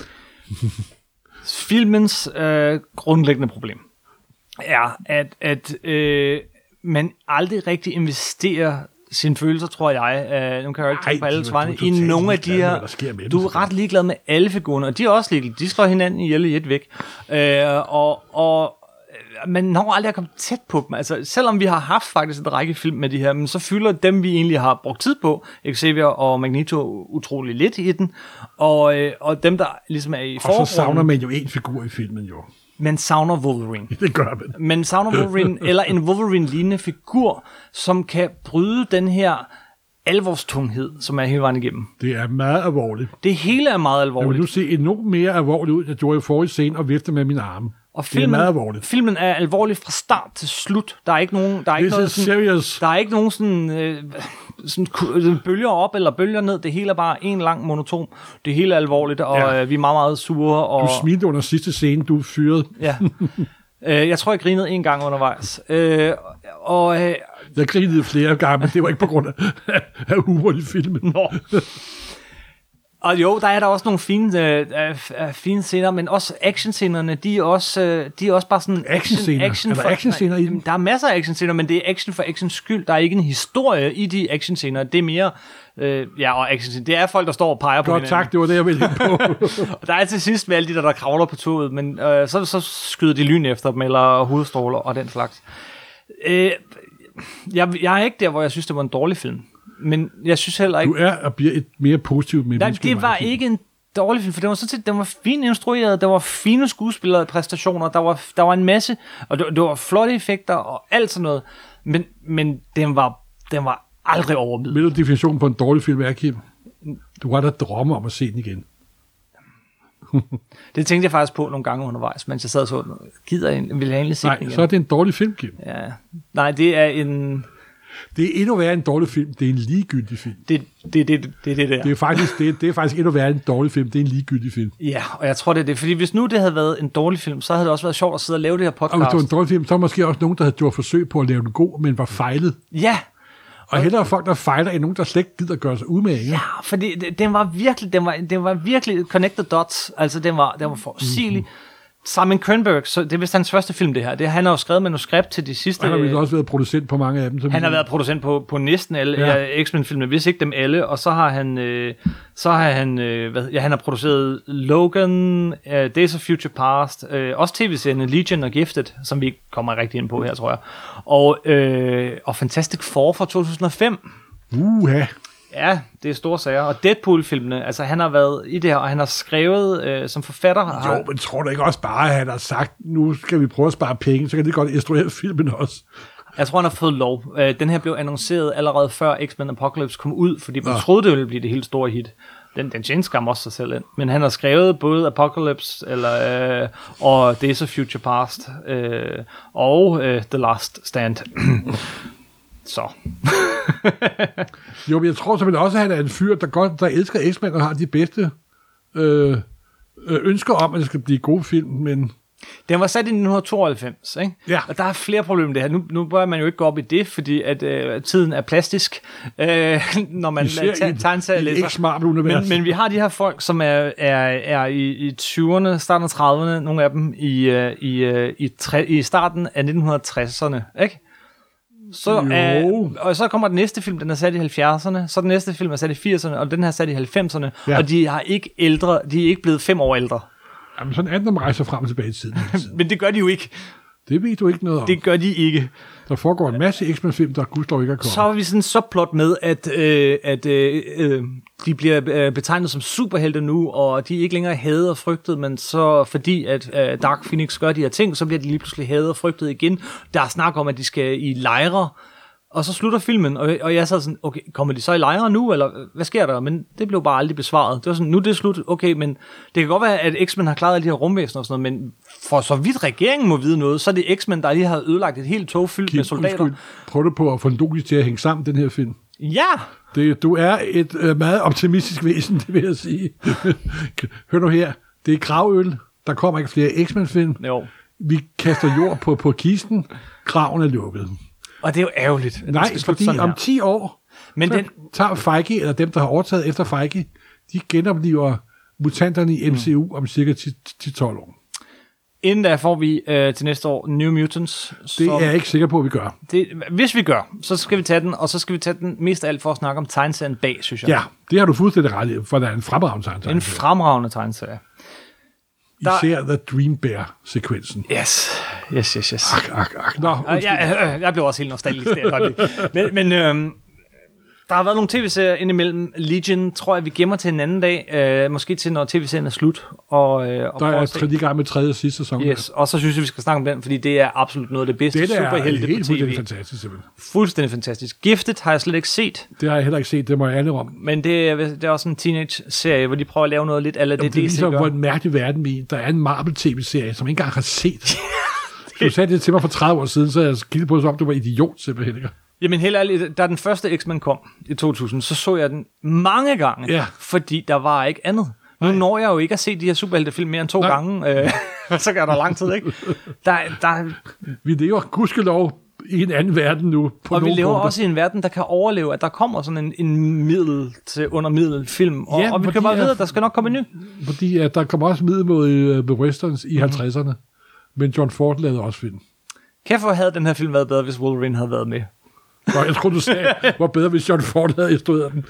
Filmens øh, grundlæggende problem er, at, at øh, man aldrig rigtig investerer sine følelser, tror jeg. Øh, nu kan jeg jo ikke tænke på alle svarene. I nogle af de her... Du er ret ligeglad med alle figurerne, og de er også ligeglade. De slår hinanden ihjel i et væk. Øh, og... og man når aldrig at komme tæt på dem. Altså, selvom vi har haft faktisk en række film med de her, men så fylder dem, vi egentlig har brugt tid på, Xavier og Magneto, utrolig lidt i den. Og, øh, og dem, der ligesom er i forgrunden... Og så savner man jo en figur i filmen, jo. Man savner Wolverine. Det gør man. Man savner Wolverine, eller en Wolverine-lignende figur, som kan bryde den her alvorstunghed, som er hele vejen igennem. Det er meget alvorligt. Det hele er meget alvorligt. Jeg vil nu se enormt mere alvorligt ud, jeg gjorde i forrige scene og vifte med mine arme. Og filmen, det er meget alvorligt. Filmen er alvorlig fra start til slut. Der er ikke nogen, der er ikke This noget is sådan, serious. der er ikke nogen sådan, øh, sådan bølger op eller bølger ned. Det hele er bare en lang monoton. Det hele er alvorligt, og ja. øh, vi er meget, meget sure. Og, du smilte under sidste scene, du fyrede. Ja. øh, jeg tror, jeg grinede en gang undervejs. Øh, og, øh, jeg grinede flere gange, men det var ikke på grund af, af humor i filmen. Nå. Og jo, der er der også nogle fine, øh, øh, fine scener, men også actionscenerne, de er også, øh, de er også bare sådan... Actionscener? Action er der for, actionscener i dem? Der er masser af actionscener, men det er action for actions skyld. Der er ikke en historie i de actionscener. Det er mere... Øh, ja, og actionscener. Det er folk, der står og peger på Godt hinanden. tak, det var det, jeg ville ind på. Og der er til sidst med alle de der, der kravler på toget, men øh, så, så skyder de lyn efter dem, eller hovedstråler og den slags. Øh, jeg, jeg er ikke der, hvor jeg synes, det var en dårlig film. Men jeg synes heller ikke... Du er og bliver et mere positivt med. Nej, det var ikke en dårlig film, for det var sådan set, den var fint instrueret, der var fine skuespillere præstationer, der var, der var en masse, og det, det var flotte effekter og alt sådan noget, men, men den var, den var aldrig over middel. Vil du definitionen på en dårlig film er, Kim? Du var der drømme om at se den igen. Det tænkte jeg faktisk på nogle gange undervejs, mens jeg sad og så den. Gider jeg, vil jeg egentlig se Nej, den igen? så er det en dårlig film, Kim. Ja. Nej, det er en... Det er endnu værre en dårlig film. Det er en ligegyldig film. Det er det, det, det, det der. Det er faktisk, det, det er faktisk endnu værre en dårlig film. Det er en ligegyldig film. Ja, og jeg tror, det er det. Fordi hvis nu det havde været en dårlig film, så havde det også været sjovt at sidde og lave det her podcast. Og hvis det var en dårlig film, så var måske også nogen, der havde gjort forsøg på at lave den god, men var fejlet. Ja. Og hellere folk, der fejler, end nogen, der slet ikke gider gøre sig umage. Ja, fordi det, den var virkelig, den var, den var virkelig connected dots. Altså, den var, den var forudsigelig. Mm-hmm. Simon Krenberg, så det er vist hans første film, det her. Det, han har jo skrevet manuskript til de sidste... Han har vel også været producent på mange af dem. Han har været producent på, på næsten alle ja. X-Men-filmene, hvis ikke dem alle. Og så har han... Øh, så har han... Øh, hvad, ja, han har produceret Logan, øh, Days of Future Past, øh, også tv-serien Legion og Gifted, som vi ikke kommer rigtig ind på her, tror jeg. Og, øh, og Fantastic Four fra to tusind og fem. Uha. Ja, det er store sager. Og Deadpool-filmene, altså han har været i det her, og han har skrevet øh, som forfatter. Har... Jo, men tror du ikke også bare, at han har sagt, nu skal vi prøve at spare penge, så kan det godt instruere filmen også. Jeg tror, han har fået lov. Øh, den her blev annonceret allerede før X-Men Apocalypse kom ud, fordi man ja. troede, det ville blive det helt store hit. Den, den tjener skam også sig selv ind. Men han har skrevet både Apocalypse eller, øh, og Days of Future Past øh, og øh, The Last Stand. Så. Jo, men jeg tror simpelthen også, at han er en fyr, der, godt, der elsker X-Men og har de bedste øh, ønsker om, at det skal blive gode film, men... Den var sat i nitten tooghalvfems, ikke? Ja. Og der er flere problemer med det her. Nu, nu bør man jo ikke gå op i det, fordi at øh, tiden er plastisk, øh, når man tager en serie læser. Men, men vi har de her folk, som er, er, er i, i tyverne, starten af trediverne, nogle af dem i, i, i, tre, i starten af nitten tresserne, ikke? Så, øh, og så kommer den næste film, den er sat i halvfjerdserne, så den næste film er sat i firserne, og den her er sat i halvfemserne, ja. Og de har ikke ældre, de er ikke blevet fem år ældre. Jamen sådan andet, man rejser frem og tilbage i tiden. Men det gør de jo ikke. Det ved du ikke noget om. Det gør de ikke. Der foregår en masse X-Men-film, der gudsdog ikke er kommet. Så har vi sådan en subplot med, at, øh, at øh, øh, de bliver øh, betegnet som superhelte nu, og de er ikke længere hadet og frygtet, men så fordi at øh, Dark Phoenix gør de her ting, så bliver de lige pludselig hadet og frygtet igen. Der er snak om, at de skal i lejre, og så slutter filmen, og, og jeg sad sådan, okay, kommer de så i lejre nu, eller hvad sker der? Men det blev bare aldrig besvaret. Det var sådan, nu er det slut, okay, men det kan godt være, at X-Men har klaret alle de her rumvæsener og sådan noget, men for så vidt regeringen må vide noget, så er det X-Men, der lige har ødelagt et helt tog fyldt Kim, med soldater. Undskyld, prøv du på at få en logisk til at hænge sammen, den her film. Ja! Det, du er et øh, meget optimistisk væsen, det vil jeg sige. Hør nu her, det er gravøl, der kommer ikke flere X-Men-film. Jo. Vi kaster jord på, på kisten, graven er lukket. Og det er jo ærgerligt. Nej, fordi om ti år, men så den... tager Feige, eller dem, der har overtaget efter Feige, de genopliver mutanterne i M C U mm. om cirka ti til tolv år. Inden da får vi øh, til næste år New Mutants. Det som, er jeg ikke sikker på, at vi gør. Det, hvis vi gør, så skal vi tage den, og så skal vi tage den mest af alt for at snakke om tegneserien bag, synes jeg. Ja, det har du fuldstændig ret i, for der er en fremragende tegneserie. En fremragende tegneserie. Især The Dream Bear-sekvensen. Yes, yes, yes, yes. Ak, ak, ak. Nå, jeg, jeg, jeg blev også helt nostalgisk der. men men øhm, der har været nogle tv-serier indimellem. Legion tror jeg, vi gemmer til en anden dag. Øh, måske til, når tv-serien er slut. Og, øh, og der er tredje gang med tredje og sidste sæson. Yes, og så synes jeg, vi skal snakke om den, fordi det er absolut noget af det bedste superhelte på tv. Det er fuldstændig fantastisk, simpelthen. Fuldstændig fantastisk. Gifted har jeg slet ikke set. Det har jeg heller ikke set, det må jeg ærlig om. Men det er, det er også en teenage-serie, hvor de prøver at lave noget lidt eller det, det, det viser, hvor en mærkelig verden vi der er en Marvel-tv-serie, som jeg ikke engang har set. Du sagde det til mig for tredive år siden, så jeg kiggede på det, som om du var idiot, simpelthen. Jamen helt ærligt, da den første X-Men kom i to tusind, så så jeg den mange gange, ja. Fordi der var ikke andet. Nu Nej. når jeg jo ikke at se de her superheltefilm mere end to Nej. gange, øh, så gør der lang tid, ikke? Der, der... Vi lever gudskelov i en anden verden nu. På og vi lever punkter. også i en verden, der kan overleve, at der kommer sådan en, en middel til under middel film, og, ja, og vi kan bare vide, at der skal nok komme en ny. Fordi at der kommer også middel mod uh, westerns i mm-hmm. halvtredserne, men John Ford lavede også film. Kæft, havde den her film været bedre, hvis Wolverine havde været med. Nå, jeg tror du sagde, hvor bedre, hvis John Ford havde instrueret den.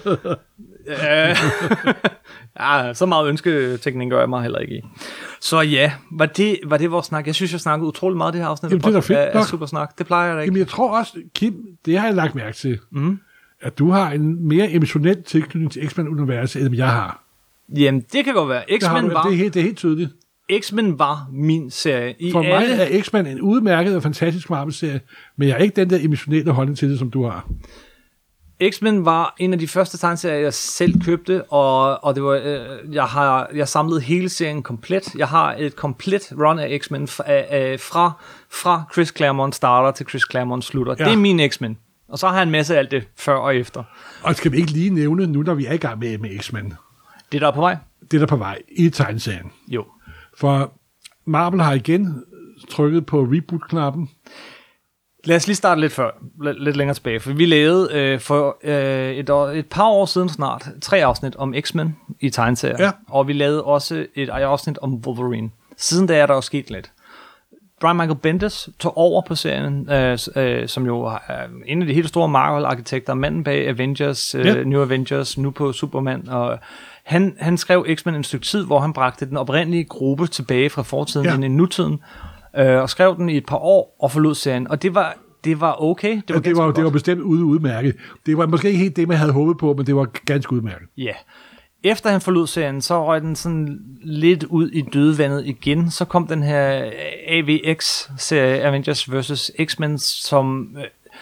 Ja, så meget ønsketænkning gør jeg mig heller ikke i. Så ja, var det, var det vores snak? Jeg synes, jeg snakkede utrolig meget det her afsnit. Jamen, det er da fedt af, af super snak. Det plejer jeg da ikke. Jamen, jeg tror også, Kim, det har jeg lagt mærke til, mm. at du har en mere emotionel tilknytning til X-Men-universet, end jeg har. Jamen, det kan godt være. X-Men var... Det er, helt, det er helt tydeligt. X-Men var min serie. I For alle... mig er X-Men en udmærket og fantastisk Marvel-serie, men jeg har ikke den der emotionelle holdning til det, som du har. X-Men var en af de første tegneserier, jeg selv købte, og, og det var, øh, jeg har jeg samlede hele serien komplet. Jeg har et komplet run af X-Men fra, øh, fra, fra Chris Claremont starter til Chris Claremont slutter. Ja. Det er min X-Men. Og så har jeg en masse af alt det før og efter. Og skal vi ikke lige nævne, nu når vi er i gang med, med X-Men? Det der er på vej? Det der er på vej i tegneserien. Jo. For Marvel har igen trykket på reboot-knappen. Lad os lige starte lidt før, lidt længere tilbage, for vi lavede øh, for øh, et, år, et par år siden snart tre afsnit om X-Men i tegneserier, ja. Og vi lavede også et afsnit om Wolverine. Siden da er der jo sket lidt. Brian Michael Bendis tog over på serien, øh, øh, som jo er en af de helt store Marvel-arkitekter, manden bag Avengers, øh, ja. New Avengers, nu på Superman, og han, han skrev X-Men en stykke tid, hvor han bragte den oprindelige gruppe tilbage fra fortiden ja. ind i nutiden, øh, og skrev den i et par år og forlod serien, og det var det var okay. Det var, ja, det var, det var bestemt ude udmærket. Det var måske ikke helt det, man havde håbet på, men det var ganske udmærket. Ja. Efter han forlod serien, så røg den sådan lidt ud i dødvandet igen. Så kom den her A V X-serie, Avengers versus. X-Men, som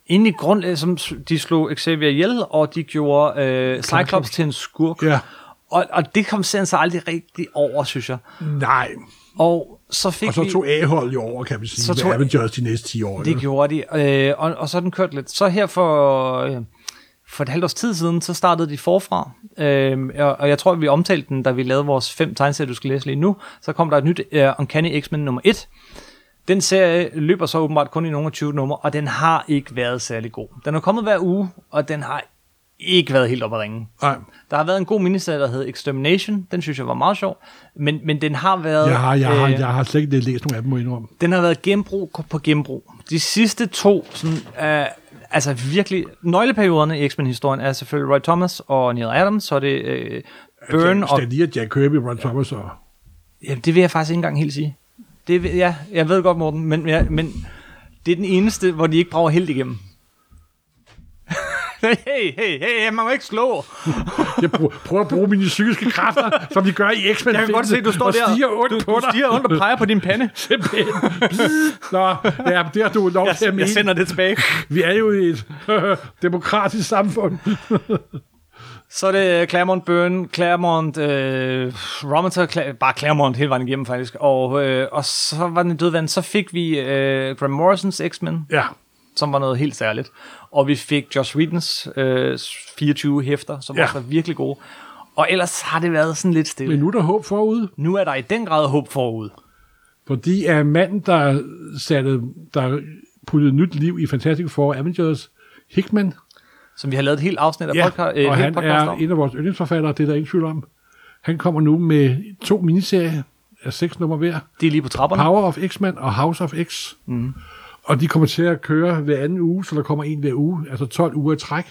egentlig grund, som de slog Xavier ihjel, og de gjorde øh, Cyclops til en skurk. Ja. Og, og det kom serien så aldrig rigtig over, synes jeg. Nej. Og så fik Og så vi... tog A-hold jo over, kan man sige, så tog med Avengers de næste ti år. Det gjorde de, øh, og, og så er den kørt lidt. Så her for, øh, for et halvt års tid siden, så startede de forfra. Øh, og, og jeg tror, at vi omtalte den, da vi lavede vores fem tegneserier, du skal læse lige nu. Så kom der et nyt uh, Uncanny X-Men nummer et. Den serie løber så åbenbart kun i nogle af tyve numre, og den har ikke været særlig god. Den er kommet hver uge, og den har ikke været helt op at ringe. Nej. Der har været en god miniserie, der hed Extermination. Den synes jeg var meget sjov. Men, men den har været... Jeg har, jeg, har, øh, jeg har slet ikke læst nogen af dem, må jeg indrømme. Den har været genbrug på genbrug. De sidste to, sådan, øh, altså virkelig... Nøgleperioderne i X-Men-historien er selvfølgelig Roy Thomas og Neil Adams, så er det øh, Byrne og... Stan Lee og Jack Kirby, Roy Thomas og... Ja, det vil jeg faktisk ikke engang helt sige. Det vil, ja, jeg ved godt, Morten, men, ja, men det er den eneste, hvor de ikke brager helt igennem. Hey, hey, hey, man må ikke slå. Jeg prøver, prøver at bruge mine psykiske kræfter, som de gør i X-Men. Jeg kan godt se, du står der, og stiger ondt du, på du dig. stiger ondt og peger på din pande. Nå, ja, det har du lov Jeg, til at mene. jeg sender det tilbage. Vi er jo i et demokratisk samfund. Så er det Claremont, Byrne, Claremont, øh, Romita, Cla- bare Claremont hele vejen igennem faktisk. Og, øh, og så var den dødvand. Så fik vi øh, Grant Morrisons X-Men, Ja. som var noget helt særligt. Og vi fik Joss Whedons øh, fireogtyve hæfter, som Ja. også var virkelig gode. Og ellers har det været sådan lidt stille. Men nu er der håb forude. Nu er der i den grad håb forud. Fordi er manden, der satte, der puttede nyt liv i Fantastic Four Avengers, Hickman. Som vi har lavet et helt afsnit af Ja, podcast, øh, og helt han podcast er om. en af vores yndlingsforfattere, det er der ingen tvivl om. Han kommer nu med to miniserier af seks nummer hver. De er lige på trapperne. Power of X-Men og House of X. Mm. Og de kommer til at køre hver anden uge, så der kommer en hver uge, altså tolv uger i træk.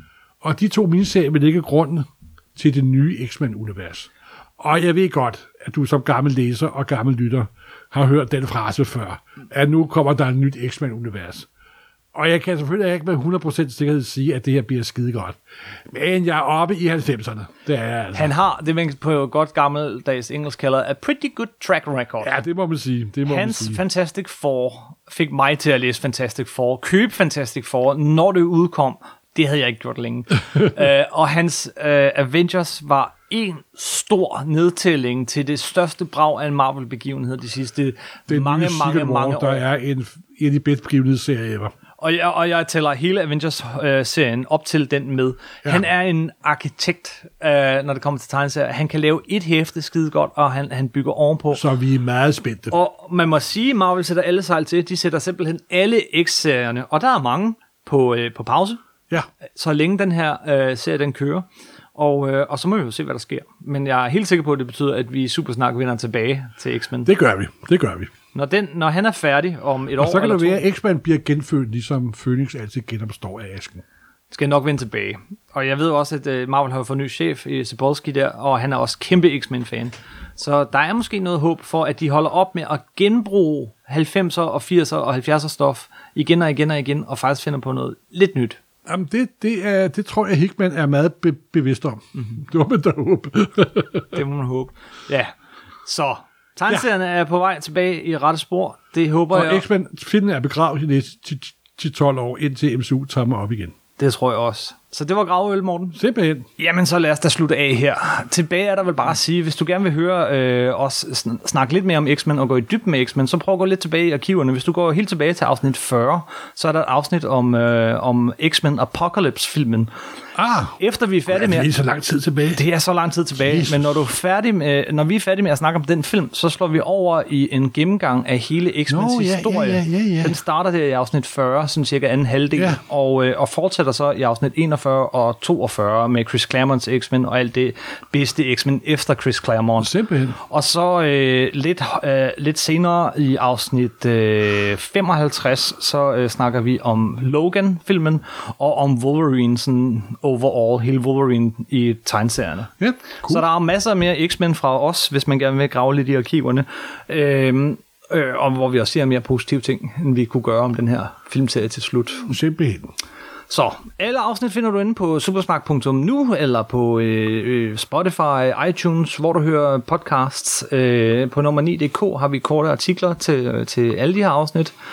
Og de to miniserier vil lægge grunden til det nye X-Men-univers. Og jeg ved godt, at du som gammel læser og gammel lytter har hørt den frase før, at nu kommer der et nyt X-Men-univers. Og jeg kan selvfølgelig ikke med hundrede procent sikkerhed sige, at det her bliver skide godt. Men jeg er oppe i halvfemserne. Det er jeg altså. Han har det, man på godt gammeldags engelsk kalder a pretty good track record. Ja, det må man sige. Det må Hans man sige. Fantastic Four fik mig til at læse Fantastic Four, købe Fantastic Four, når det udkom. Det havde jeg ikke gjort længe. uh, og hans uh, Avengers var en stor nedtælling til det største brag af en Marvel-begivenhed de sidste Den mange, nye mange, Civil War, mange der år. er en, en af de bedste begivenhedsserier ever. Og jeg, og jeg tæller hele Avengers-serien op til den med. Ja. Han er en arkitekt, uh, når det kommer til tegneserier. Han kan lave et hæfte skide godt, og han, han bygger ovenpå. Så vi er meget spændte. Og man må sige, at Marvel sætter alle sejl til. De sætter simpelthen alle X-serierne, og der er mange på, øh, på pause, Ja. så længe den her øh, serie den kører. Og, øh, og så må vi jo se, hvad der sker. Men jeg er helt sikker på, at det betyder, at vi super snart vinder tilbage til X-Men. Det gør vi. Det gør vi. Når, den, når han er færdig om et år Og så kan eller det være, to, at X-Men bliver genfødt, ligesom Phoenix altid genopstår af asken. skal jeg nok vende tilbage. Og jeg ved også, at øh, Marvel har jo fået ny chef i Sapolsky der, og han er også kæmpe X-Men-fan. Så der er måske noget håb for, at de holder op med at genbruge halvfemser og firser og halvfjerdser stof igen og igen og igen, og faktisk finder på noget lidt nyt. Jamen, det, det, er, det tror jeg, Hickman er meget be- bevidst om. Mm-hmm. Det var man da håbe. Det må man håbe. Ja, så tegneserierne ja. er på vej tilbage i rette spor. Det håber Og jeg. X-Men filmen er begravet i næste ti til tolv år, indtil M C U tager mig op igen. Det tror jeg også. Så det var gravøl, Morten. Simpelthen. Jamen, så lad os da slutte af her. Tilbage er der vel bare at sige, hvis du gerne vil høre øh, os sn- snakke lidt mere om X-Men og gå i dybden med X-Men, så prøv at gå lidt tilbage i arkiverne. Hvis du går helt tilbage til afsnit fyrre, så er der et afsnit om, øh, om X-Men Apocalypse-filmen. Ah, Efter vi er færdige med... det er så lang tid tilbage. Det er så lang tid tilbage, Jesus. men når, du er færdig med, når vi er færdige med at snakke om den film, så slår vi over i en gennemgang af hele X-Mens Nå, ja, historie. ja, ja, ja. Den starter der i afsnit fyrre, sådan cirka anden halvdel, Ja. og, øh, og fortsætter så i afsnit enogfyrre og toogfyrre med Chris Claremonts X-Men og alt det bedste X-Men efter Chris Claremont. Simpelthen. Og så øh, lidt, øh, lidt senere i afsnit øh, femoghalvtreds, så øh, snakker vi om Logan-filmen og om Wolverine, sådan overall, hele Wolverine i tegneserierne. Ja, Cool. cool. Så der er masser mere X-Men fra os, hvis man gerne vil grave lidt i arkiverne. Øhm, øh, og hvor vi også ser mere positive ting, end vi kunne gøre om den her filmserie til slut. Simpelthen. Så alle afsnit finder du inde på supersnak punktum nu, eller på øh, Spotify, iTunes, hvor du hører podcasts. Øh, på nummer ni punktum d k har vi korte artikler til, til alle de her afsnit.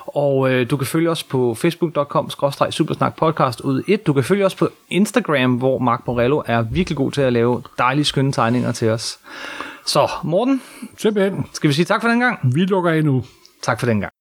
Og øh, du kan følge os på facebook punktum com skråstreg supersnakpodcast ud et. Du kan følge os på Instagram, hvor Mark Borello er virkelig god til at lave dejlige, skønne tegninger til os. Så Morten, Simpelthen. skal vi sige tak for den gang? Vi lukker af nu. Tak for den gang.